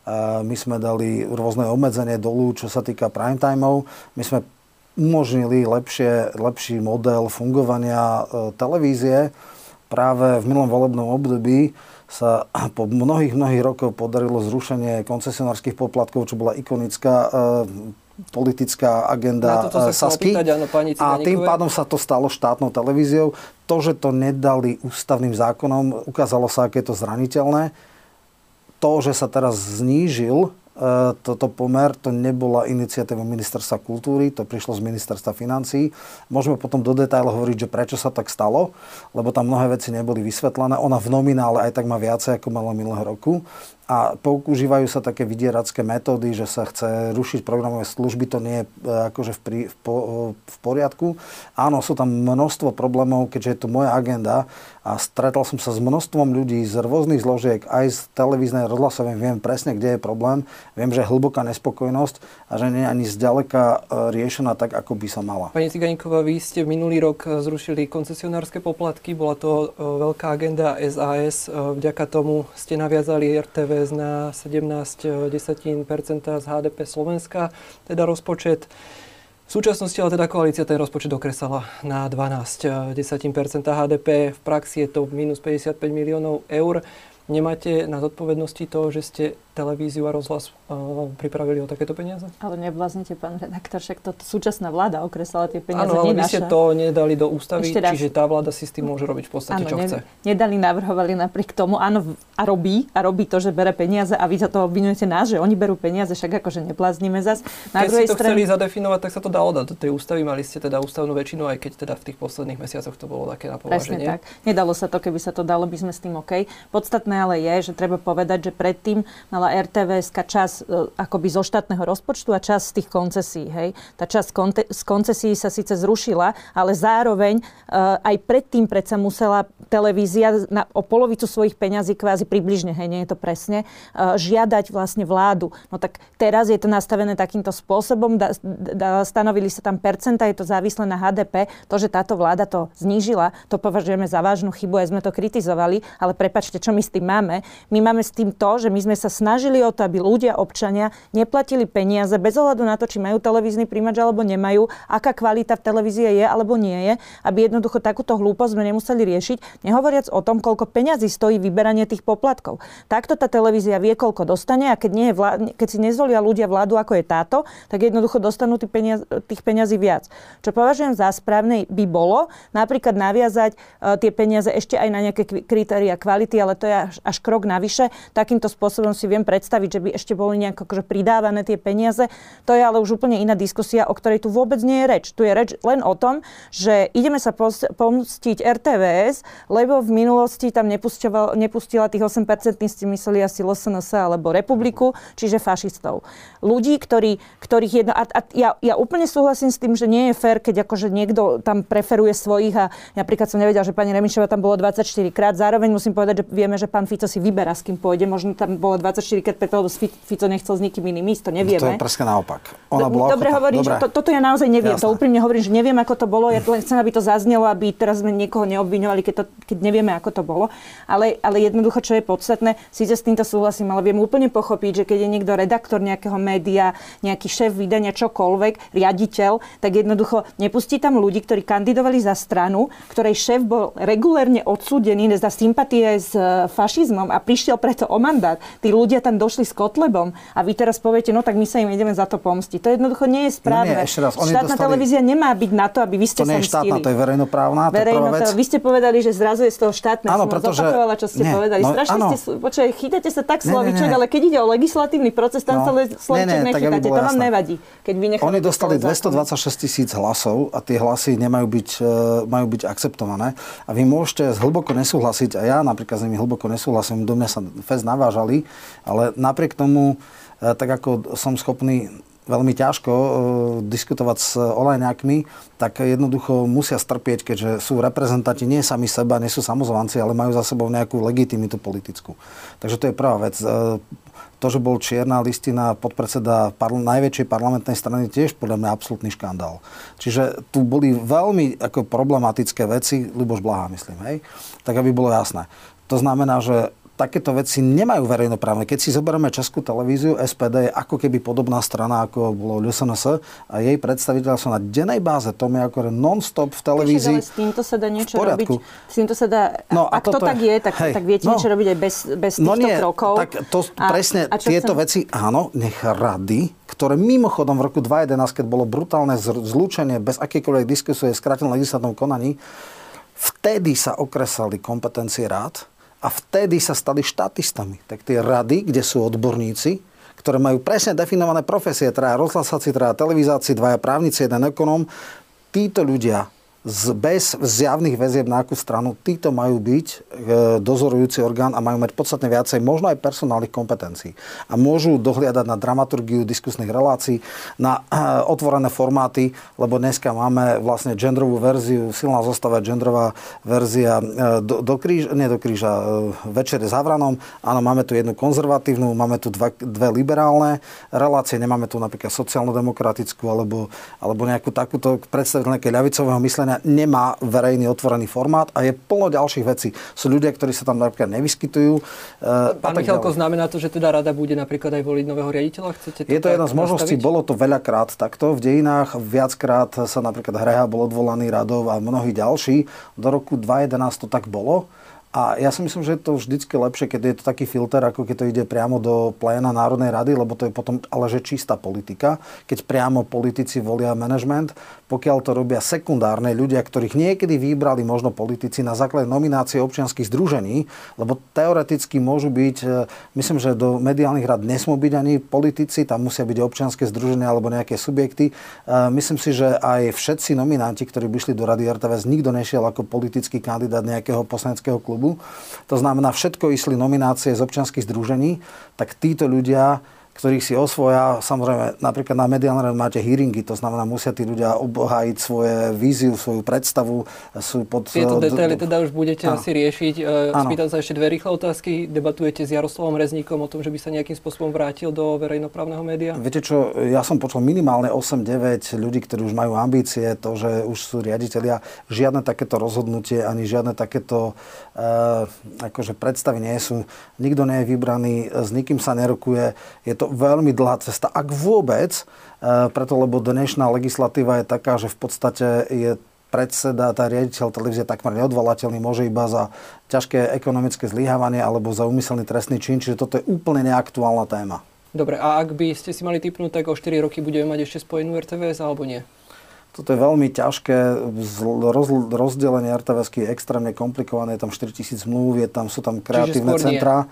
Speaker 1: My sme dali rôzne obmedzenie dolu, čo sa týka prime timeov. My sme umožnili lepšie, lepší model fungovania televízie. Práve v minulom volebnom období sa po mnohých, mnohých rokov podarilo zrušenie koncesionárskych poplatkov, čo bola ikonická e, politická agenda Sasky. A tým pádom sa to stalo štátnou televíziou. To, že to nedali ústavným zákonom, ukázalo sa, aké je to zraniteľné. To, že sa teraz znížil toto pomer, to nebola iniciatíva ministerstva kultúry, to prišlo z ministerstva financií. Môžeme potom do detailov hovoriť, že prečo sa tak stalo, lebo tam mnohé veci neboli vysvetlené. Ona v nominále aj tak má viacej, ako mala minulého roku. A používajú sa také vydieracké metódy, že sa chce rušiť programové služby, to nie je akože v, pri, v, po, v poriadku. Áno, sú tam množstvo problémov, keďže je to moja agenda a stretol som sa s množstvom ľudí z rôznych zložiek, aj z televíznej, rozhlasovej, viem presne, kde je problém, viem, že je hlboká nespokojnosť a že nie je ani zďaleka riešená tak, ako by sa mala.
Speaker 3: Pani Ciganíková, vy ste minulý rok zrušili koncesionárske poplatky, bola to veľká agenda es a es, vďaka tomu ste naviazali er té vé na sedemnásť desatín percenta z há dé pé Slovenska, teda rozpočet. V súčasnosti ale teda koalícia ten rozpočet okresala na dvanásť desatín percenta há dé pé. V praxi je to minus päťdesiatpäť miliónov eur. Nemáte na zodpovednosti to, že ste televíziu a rozhlas uh, pripravili o takéto peniaze?
Speaker 2: Ale nebláznite, pán redaktor, však to súčasná vláda okresala tie peniaze,
Speaker 3: áno, ale
Speaker 2: nie
Speaker 3: vy ste to nedali do ústavy, čiže tá vláda si s tým môže robiť v podstate, áno, čo ne, chce.
Speaker 2: Nedali, navrhovali napriek tomu, áno, a robí, a robí to, že bere peniaze a vy za to obvinujete nás, že oni berú peniaze, však akože nebláznime zas. Na
Speaker 3: keď si to
Speaker 2: strane...
Speaker 3: chceli zadefinovať, tak sa to dalo dať do tej ústavy, mali ste teda ústavnú väčšinu, aj keď teda v tých posledných mesiacoch to bolo také na pováženie.
Speaker 2: Presne tak. Nedalo sa to, keby sa to dalo, by sme s tým OK. Podstatné ale je, že treba povedať, že predtým mala er té vé čas e, akoby zo štátneho rozpočtu a čas z tých koncesí. Hej. Tá časť konte- z koncesí sa síce zrušila, ale zároveň e, aj predtým predsa musela televízia na, o polovicu svojich peňazí kvázi približne, hej, nie je to presne, e, žiadať vlastne vládu. No tak teraz je to nastavené takýmto spôsobom, da, da, stanovili sa tam percenta, je to závislé na há dé pé. To, že táto vláda to znížila, to považujeme za vážnu chybu, aj sme to kritizovali, ale prepáčte, čo my s tým máme? My máme s tým to, že my sme sa snažili o to, aby ľudia, občania neplatili peniaze bez ohľadu na to, či majú televízny príjimač alebo nemajú, aká kvalita v televízie je alebo nie je, aby jednoducho takúto hlúposť sme nemuseli riešiť, nehovoriac o tom, koľko peňazí stojí vyberanie tých poplatkov. Takto tá televízia vie, koľko dostane a keď, nie je vlád, keď si nezvolia ľudia vládu, ako je táto, tak jednoducho dostanú tých, peniaz, tých peňazí viac. Čo považujem za správne by bolo napríklad naviazať uh, tie peniaze ešte aj na nejaké kritéria kvality, ale to je až, až krok navyše. Takýmto spôsobom si viem predstaviť, že by ešte boli nejako akože pridávané tie peniaze. To je ale už úplne iná diskusia, o ktorej tu vôbec nie je reč. Tu je reč len o tom, že ideme sa pomstiť er té vé es, lebo v minulosti tam nepustila tých osem percent, ste mysleli asi es en es alebo Republiku, čiže fašistov. Ľudí, ktorí, ktorých jedno... A, a ja, ja úplne súhlasím s tým, že nie je fér, keď akože niekto tam preferuje svojich a napríklad som nevedela, že pani Remišová tam bolo dvadsaťštyri krát. Zároveň musím povedať, že vieme, že pán Fico si vyberá, s kým pôjde. Možno tam bolo dvadsaťštyri krát preto, lebo Fico nechcel s nikým iným ísť, to nevieme.
Speaker 1: To je presne naopak. Ona bola
Speaker 2: Dobre hovorím, že to, toto ja naozaj neviem. Jasné. To úprimne hovorím, že neviem, ako to bolo. Ja len chcem, aby to zaznelo, aby teraz sme niekoho neobviňovali, keď, to, keď nevieme, ako to bolo. Ale, ale jednoducho, čo je podstatné, síce s týmto súhlasím, ale viem úplne pochopiť, že keď je niekto redaktor nejakého média, nejaký šéf vydania, čokoľvek, riaditeľ, tak jednoducho nepustí tam ľudí, ktorí kandidovali za stranu, ktorej šéf bol regulérne odsúdený za sympatie s fašizmom a prišiel preto o mandát. Tí ľudia tam došli s Kotlebom a vy teraz poviete, no tak my sa im ideme za to pomstiť. To jednoducho nie je správne.
Speaker 1: No nie, raz,
Speaker 2: štátna dostali... televízia nemá byť na to, aby vy ste
Speaker 1: to nie je štátna, to je verejnoprávna, to je prvá vec.
Speaker 2: Vy ste povedali, že zrazu je z toho štátne.
Speaker 1: Áno, pretože...
Speaker 2: Zopakovala, čo ste nie, povedali. No, Strašne áno. ste, počkaj, chytáte sa tak slovičok, ale keď ide o legislatívny proces, tam no, sa le, slovičok nechytáte. To vám nevadí. Keď vy
Speaker 1: Oni dostali dvestodvadsaťšesť tisíc hlasov a tie hlasy nemajú byť, majú byť akceptované. A vy môžete hlboko nesúhlasiť, a ja napríklad s nimi hlboko nesúhlasím, do mňa sa fest navážali, ale napriek tomu, tak ako som schopný veľmi ťažko uh, diskutovať s olejňákmi, tak jednoducho musia strpieť, keďže sú reprezentanti nie sami seba, nie sú samozvanci, ale majú za sebou nejakú legitimitu politickú. Takže to je prvá vec. Uh, to, že bol čierna listina podpredseda parl- najväčšej parlamentnej strany, tiež podľa mňa absolútny škandál. Čiže tu boli veľmi ako problematické veci, Ľuboš Blaha, myslím, hej? Tak aby bolo jasné. To znamená, že takéto veci nemajú verejnoprávne. Keď si zoberieme Českú televíziu, es pé dé je ako keby podobná strana, ako bolo el es en es a jej predstaviteľa sú na dennej báze. To je ako non-stop v televízii.
Speaker 2: Ale s týmto sa dá niečo robiť. S týmto sa dá,
Speaker 1: no,
Speaker 2: ak to tak je, tak, tak viete no, niečo robiť aj bez, bez týchto
Speaker 1: no nie,
Speaker 2: krokov.
Speaker 1: Tak to a, presne a tieto chcem... veci, áno, nech rady, ktoré mimochodom v roku dvetisícjedenásť, keď bolo brutálne zlúčenie bez akékoľvek diskusie v skrátenom legislatívnom konaní, vtedy sa okresali kompetencie rád a vtedy sa stali štatistami. Tak tie rady, kde sú odborníci, ktoré majú presne definované profesie, traja rozhlasáci, traja televízáci, dvaja právnici, jeden ekonóm, títo ľudia z, bez zjavných väzieb na akú stranu, títo majú byť e, dozorujúci orgán a majú mať podstatne viacej, možno aj personálnych kompetencií. A môžu dohliadať na dramaturgiu diskusných relácií, na e, otvorené formáty, lebo dneska máme vlastne genderovú verziu, silná zostava, genderová verzia e, do, do kríža, nie do kríža, e, Večere s Havranom. Áno, máme tu jednu konzervatívnu, máme tu dva, dve liberálne relácie, nemáme tu napríklad sociálno-demokratickú alebo, alebo nejakú takúto predstaviteľ nejaké ľavicového myslenia. Nemá verejný otvorený formát a je plno ďalších vecí. Sú ľudia, ktorí sa tam napríklad nevyskytujú.
Speaker 3: Pán Michalko, znamená to, že teda rada bude napríklad aj voliť nového riaditeľa? Chcete to
Speaker 1: je to jedna z možností, bolo to veľakrát takto. V dejinách viackrát sa napríklad Hreha bol odvolaný radou a mnohí ďalší. Do roku dvetisícjedenásť to tak bolo. A ja si myslím, že je to vždycky lepšie, keď je to taký filter, ako keď to ide priamo do pléna Národnej rady, lebo to je potom ale že čistá politika, keď priamo politici volia manažment, pokiaľ to robia sekundárne ľudia, ktorých niekedy vybrali možno politici na základe nominácie občianskych združení, lebo teoreticky môžu byť, myslím, že do mediálnych rad nesmú byť ani politici, tam musia byť občianske združenia alebo nejaké subjekty. Myslím si, že aj všetci nominanti, ktorí by šli do rady er té vé es, nikto nešiel ako politický kandidát nejakého poslaneckého klubu. To znamená, všetko išli nominácie z občianskych združení, tak títo ľudia, ktorých si osvoja, samozrejme, napríklad na mediálnej rade máte hearingy, to znamená, musia tí ľudia obhájiť svoje víziu, svoju predstavu. Sú pod...
Speaker 3: Tieto detaily teda už budete ano. asi riešiť. Spýtam sa ešte dve rýchle otázky. Debatujete s Jaroslavom Rezníkom o tom, že by sa nejakým spôsobom vrátil do verejnoprávneho média?
Speaker 1: Viete čo, ja som počul minimálne osem deväť ľudí, ktorí už majú ambície, to, že už sú riaditelia. Žiadne takéto rozhodnutie, ani žiadne takéto uh, akože predstavy nie sú. Nikto nie je vybraný, s nikým sa nerokuje. Je to veľmi dlhá cesta, ak vôbec, preto lebo dnešná legislatíva je taká, že v podstate je predseda, tá riaditeľ televízie takmer neodvolateľný, môže iba za ťažké ekonomické zlyhávanie alebo za úmyselný trestný čin, čiže toto je úplne neaktuálna téma.
Speaker 3: Dobre, a ak by ste si mali tipnúť, tak o štyri roky budeme mať ešte spojenú er té vé es alebo nie?
Speaker 1: Toto je veľmi ťažké, rozdelenie er té vé esky je extrémne komplikované, je tam štyritisíc zmluv, je tam, sú tam kreatívne centrá.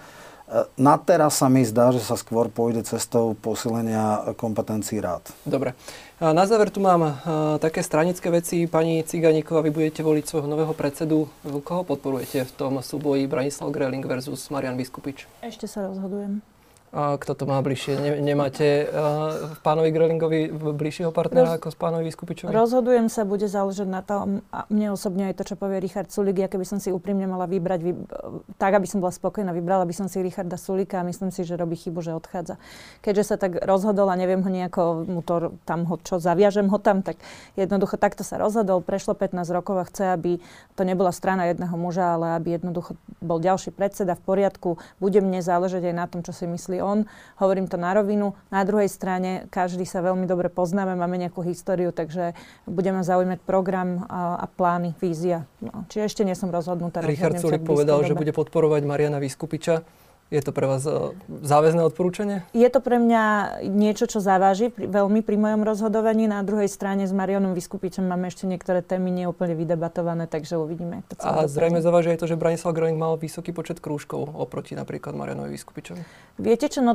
Speaker 1: Na teraz sa mi zdá, že sa skôr pôjde cestou posilenia kompetencií rád.
Speaker 3: Dobre. A na záver tu mám také stranické veci. Pani Ciganíková, vy budete voliť svojho nového predsedu. Koho podporujete v tom súboji Branislav Gröling versus Marian Vyskupič?
Speaker 2: Ešte sa rozhodujem.
Speaker 3: A kto to má bližšie? Ne, nemáte uh, v pánovi Grölingovi bližšieho partnera Roz... ako s pánovi Vyskupičovi?
Speaker 2: Rozhodujem sa, bude záležať na tom, a mne osobne aj to, čo povie Richard Sulík. Ja keby som si úprimne mala vybrať, vy, tak aby som bola spokojná, vybrala by som si Richarda Sulíka a myslím si, že robí chybu, že odchádza. Keďže sa tak rozhodol a neviem ho nejako, mu to tam ho, čo zaviažem ho tam, tak jednoducho takto sa rozhodol. Prešlo pätnásť rokov a chce, aby to nebola strana jedného muža, ale aby jednoducho bol ďalší predseda v poriadku. Bude mne záležať aj na tom, čo si myslí on. Hovorím to na rovinu. Na druhej strane, každý sa veľmi dobre poznáme, máme nejakú históriu, takže budeme zaujímať program a, a plány, vízia. No, čiže ešte nie som rozhodnutá.
Speaker 3: Richard Sulík povedal, že bude podporovať Mariana Vyskupiča. Je to pre vás záväzné odporúčanie?
Speaker 2: Je to pre mňa niečo, čo zaváži pri, veľmi pri mojom rozhodovaní. Na druhej strane s Marianom Vyskupičom máme ešte niektoré témy neúplne vydebatované, takže uvidíme. To
Speaker 3: a zrejme zaváži aj to, že Branislav Gröling mal vysoký počet krúžkov oproti napríklad Marianovi Vyskupičovi.
Speaker 2: Viete čo, no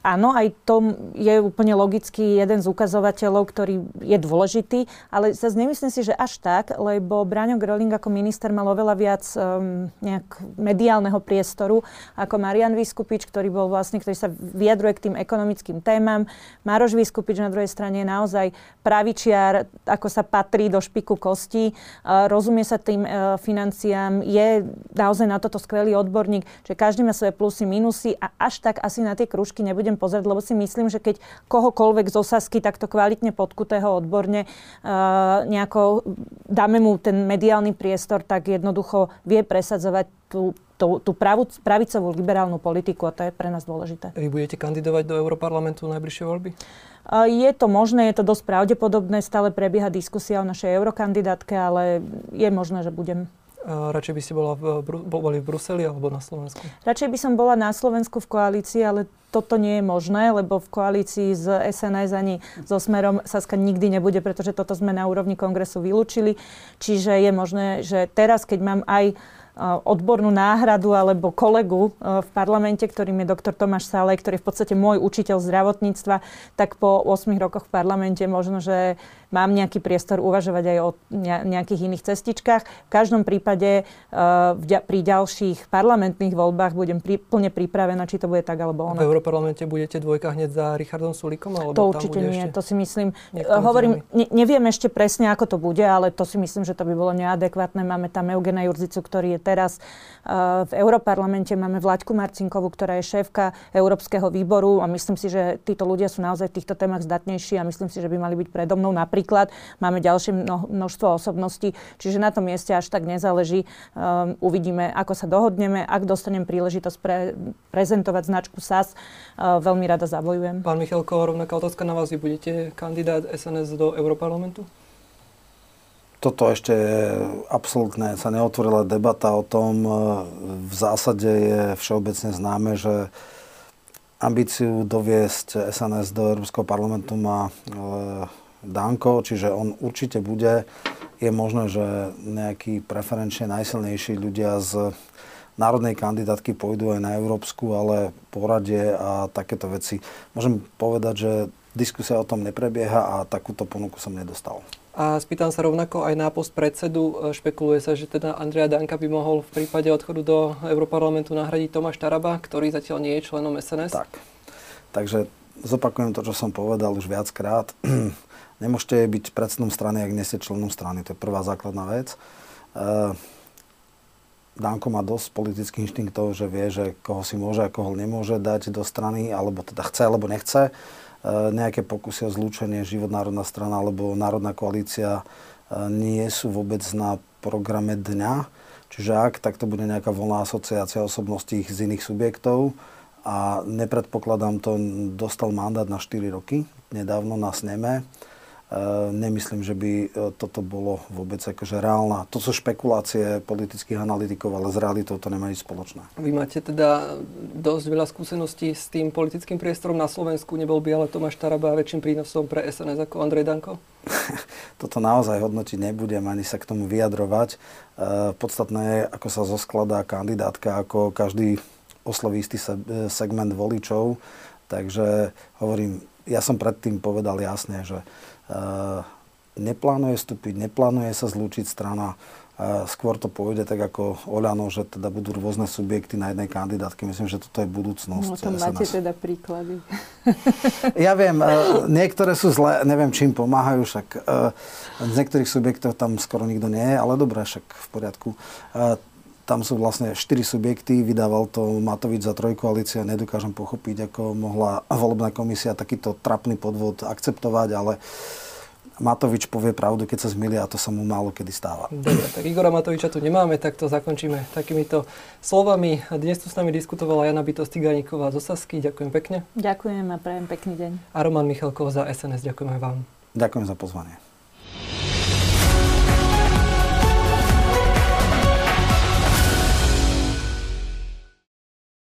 Speaker 2: áno, aj to je úplne logicky jeden z ukazovateľov, ktorý je dôležitý, ale zase nemyslím si, že až tak, lebo Braňo Gröling ako minister mal oveľa viac um, nejak mediálneho priestoru ako Marian Vyskupič, ktorý bol vlastne, ktorý sa vyjadruje k tým ekonomickým témam. Maroš Vyskupič na druhej strane je naozaj pravičiar, ako sa patrí do špiku kosti, uh, rozumie sa tým uh, financiám, je naozaj na toto skvelý odborník, že každý má svoje plusy, minusy a až tak asi na tie krúžky nebudem pozrieť, lebo si myslím, že keď kohokoľvek z Osasky takto kvalitne podkutého odborne uh, nejako dáme mu ten mediálny priestor, tak jednoducho vie presadzovať tú, tú, tú pravú, pravicovú liberálnu politiku a to je pre nás dôležité.
Speaker 3: Vy budete kandidovať do Europarlamentu najbližšie voľby?
Speaker 2: Uh, je to možné, je to dosť pravdepodobné, stále prebieha diskusia o našej eurokandidátke, ale je možné, že budem.
Speaker 3: Radšej by ste bola v, boli v Bruseli alebo na Slovensku?
Speaker 2: Radšej by som bola na Slovensku v koalícii, ale toto nie je možné, lebo v koalícii s es en es ani so Smerom Saska nikdy nebude, pretože toto sme na úrovni kongresu vylúčili. Čiže je možné, že teraz, keď mám aj odbornú náhradu alebo kolegu v parlamente, ktorým je doktor Tomáš Salej, ktorý je v podstate môj učiteľ zdravotníctva, tak po ôsmich rokoch v parlamente možno, že mám nejaký priestor uvažovať aj o nejakých iných cestičkách. V každom prípade pri ďalších parlamentných voľbách budem plne pripravená, či to bude tak alebo ono.
Speaker 3: V Europarlamente budete dvojka hneď za Richardom Sulíkom? Alebo
Speaker 2: to
Speaker 3: tam
Speaker 2: určite
Speaker 3: bude
Speaker 2: nie,
Speaker 3: ešte...
Speaker 2: to si myslím. Hovorím, ne, neviem ešte presne, ako to bude, ale to si myslím, že to by bolo neadekvátne. Máme tam Eugena Jurzicu, ktorý je teraz uh, v Europarlamente, máme Vlaďku Marcinkovú, ktorá je šéfka Európskeho výboru a myslím si, že títo ľudia sú naozaj v týchto témach zdatnejší a myslím si, že by mali byť predo mnou. Napríklad máme ďalšie mno, množstvo osobností, čiže na tom mieste až tak nezáleží. Um, uvidíme, ako sa dohodneme. Ak dostanem príležitosť pre, prezentovať značku es á es, uh, veľmi rada zabojujem.
Speaker 3: Pán Michalko, rovnaká otázka na vás. Vy budete kandidát es en es do Europarlamentu?
Speaker 1: Toto ešte absolútne sa neotvorila debata o tom. V zásade je všeobecne známe, že ambíciu doviesť es en es do Európskeho parlamentu má Danko, čiže on určite bude. Je možné, že nejakí preferenčne najsilnejší ľudia z národnej kandidátky pôjdu aj na európsku, ale poradie a takéto veci. Môžem povedať, že diskusia o tom neprebieha a takúto ponuku som nedostal.
Speaker 3: A spýtam sa rovnako aj na post predsedu. Špekuluje sa, že teda Andrea Danka by mohol v prípade odchodu do Europarlamentu nahradiť Tomáš Taraba, ktorý zatiaľ nie je členom es en es.
Speaker 1: Tak. Takže zopakujem to, čo som povedal už viackrát. Nemôžete byť predsedom strany, ak nie ste členom strany. To je prvá základná vec. E, Danko má dosť politických inštinktov, že vie, že koho si môže a koho nemôže dať do strany, alebo teda chce, alebo nechce. Nejaké pokusy o zlúčenie Život národná strana alebo Národná koalícia nie sú vôbec na programe dňa. Čiže ak, tak to bude nejaká voľná asociácia osobností z iných subjektov a nepredpokladám to, dostal mandát na štyri roky nedávno na sneme. Nemyslím, že by toto bolo vôbec akože reálna. To sú špekulácie politických analytikov, ale s realitou to nemá nič spoločné.
Speaker 3: Vy máte teda dosť veľa skúseností s tým politickým priestorom na Slovensku. Nebol by ale Tomáš Taraba väčším prínosom pre es en es ako Andrej Danko?
Speaker 1: Toto naozaj hodnotiť nebudem, ani sa k tomu vyjadrovať. Podstatné je, ako sa zoskladá kandidátka, ako každý osloví istý segment voličov. Takže hovorím, ja som predtým povedal jasne, že Uh, neplánuje vstúpiť, neplánuje sa zlúčiť strana. Uh, skôr to pôjde tak ako Oľano, že teda budú rôzne subjekty na jednej kandidátke. Myslím, že toto je budúcnosť.
Speaker 2: No to máte teda príklady.
Speaker 1: Ja viem, uh, niektoré sú zlé, neviem, čím pomáhajú, však uh, z niektorých subjektov tam skoro nikto nie je, ale dobré, však v poriadku. Uh, Tam sú vlastne štyri subjekty, vydával to Matovič za trojkoalíciu. Nedokážem pochopiť, ako mohla volebná komisia takýto trapný podvod akceptovať, ale Matovič povie pravdu, keď sa zmilia a to sa mu málo kedy stáva.
Speaker 3: Dobre, tak Igora Matoviča tu nemáme, tak to zakončíme takýmito slovami. Dnes tu s nami diskutovala Jana Bytosť-Tigániková z Osasky. Ďakujem pekne.
Speaker 2: Ďakujem a prajem pekný deň.
Speaker 3: A Roman Michalko za es en es. Ďakujem aj vám.
Speaker 1: Ďakujem za pozvanie.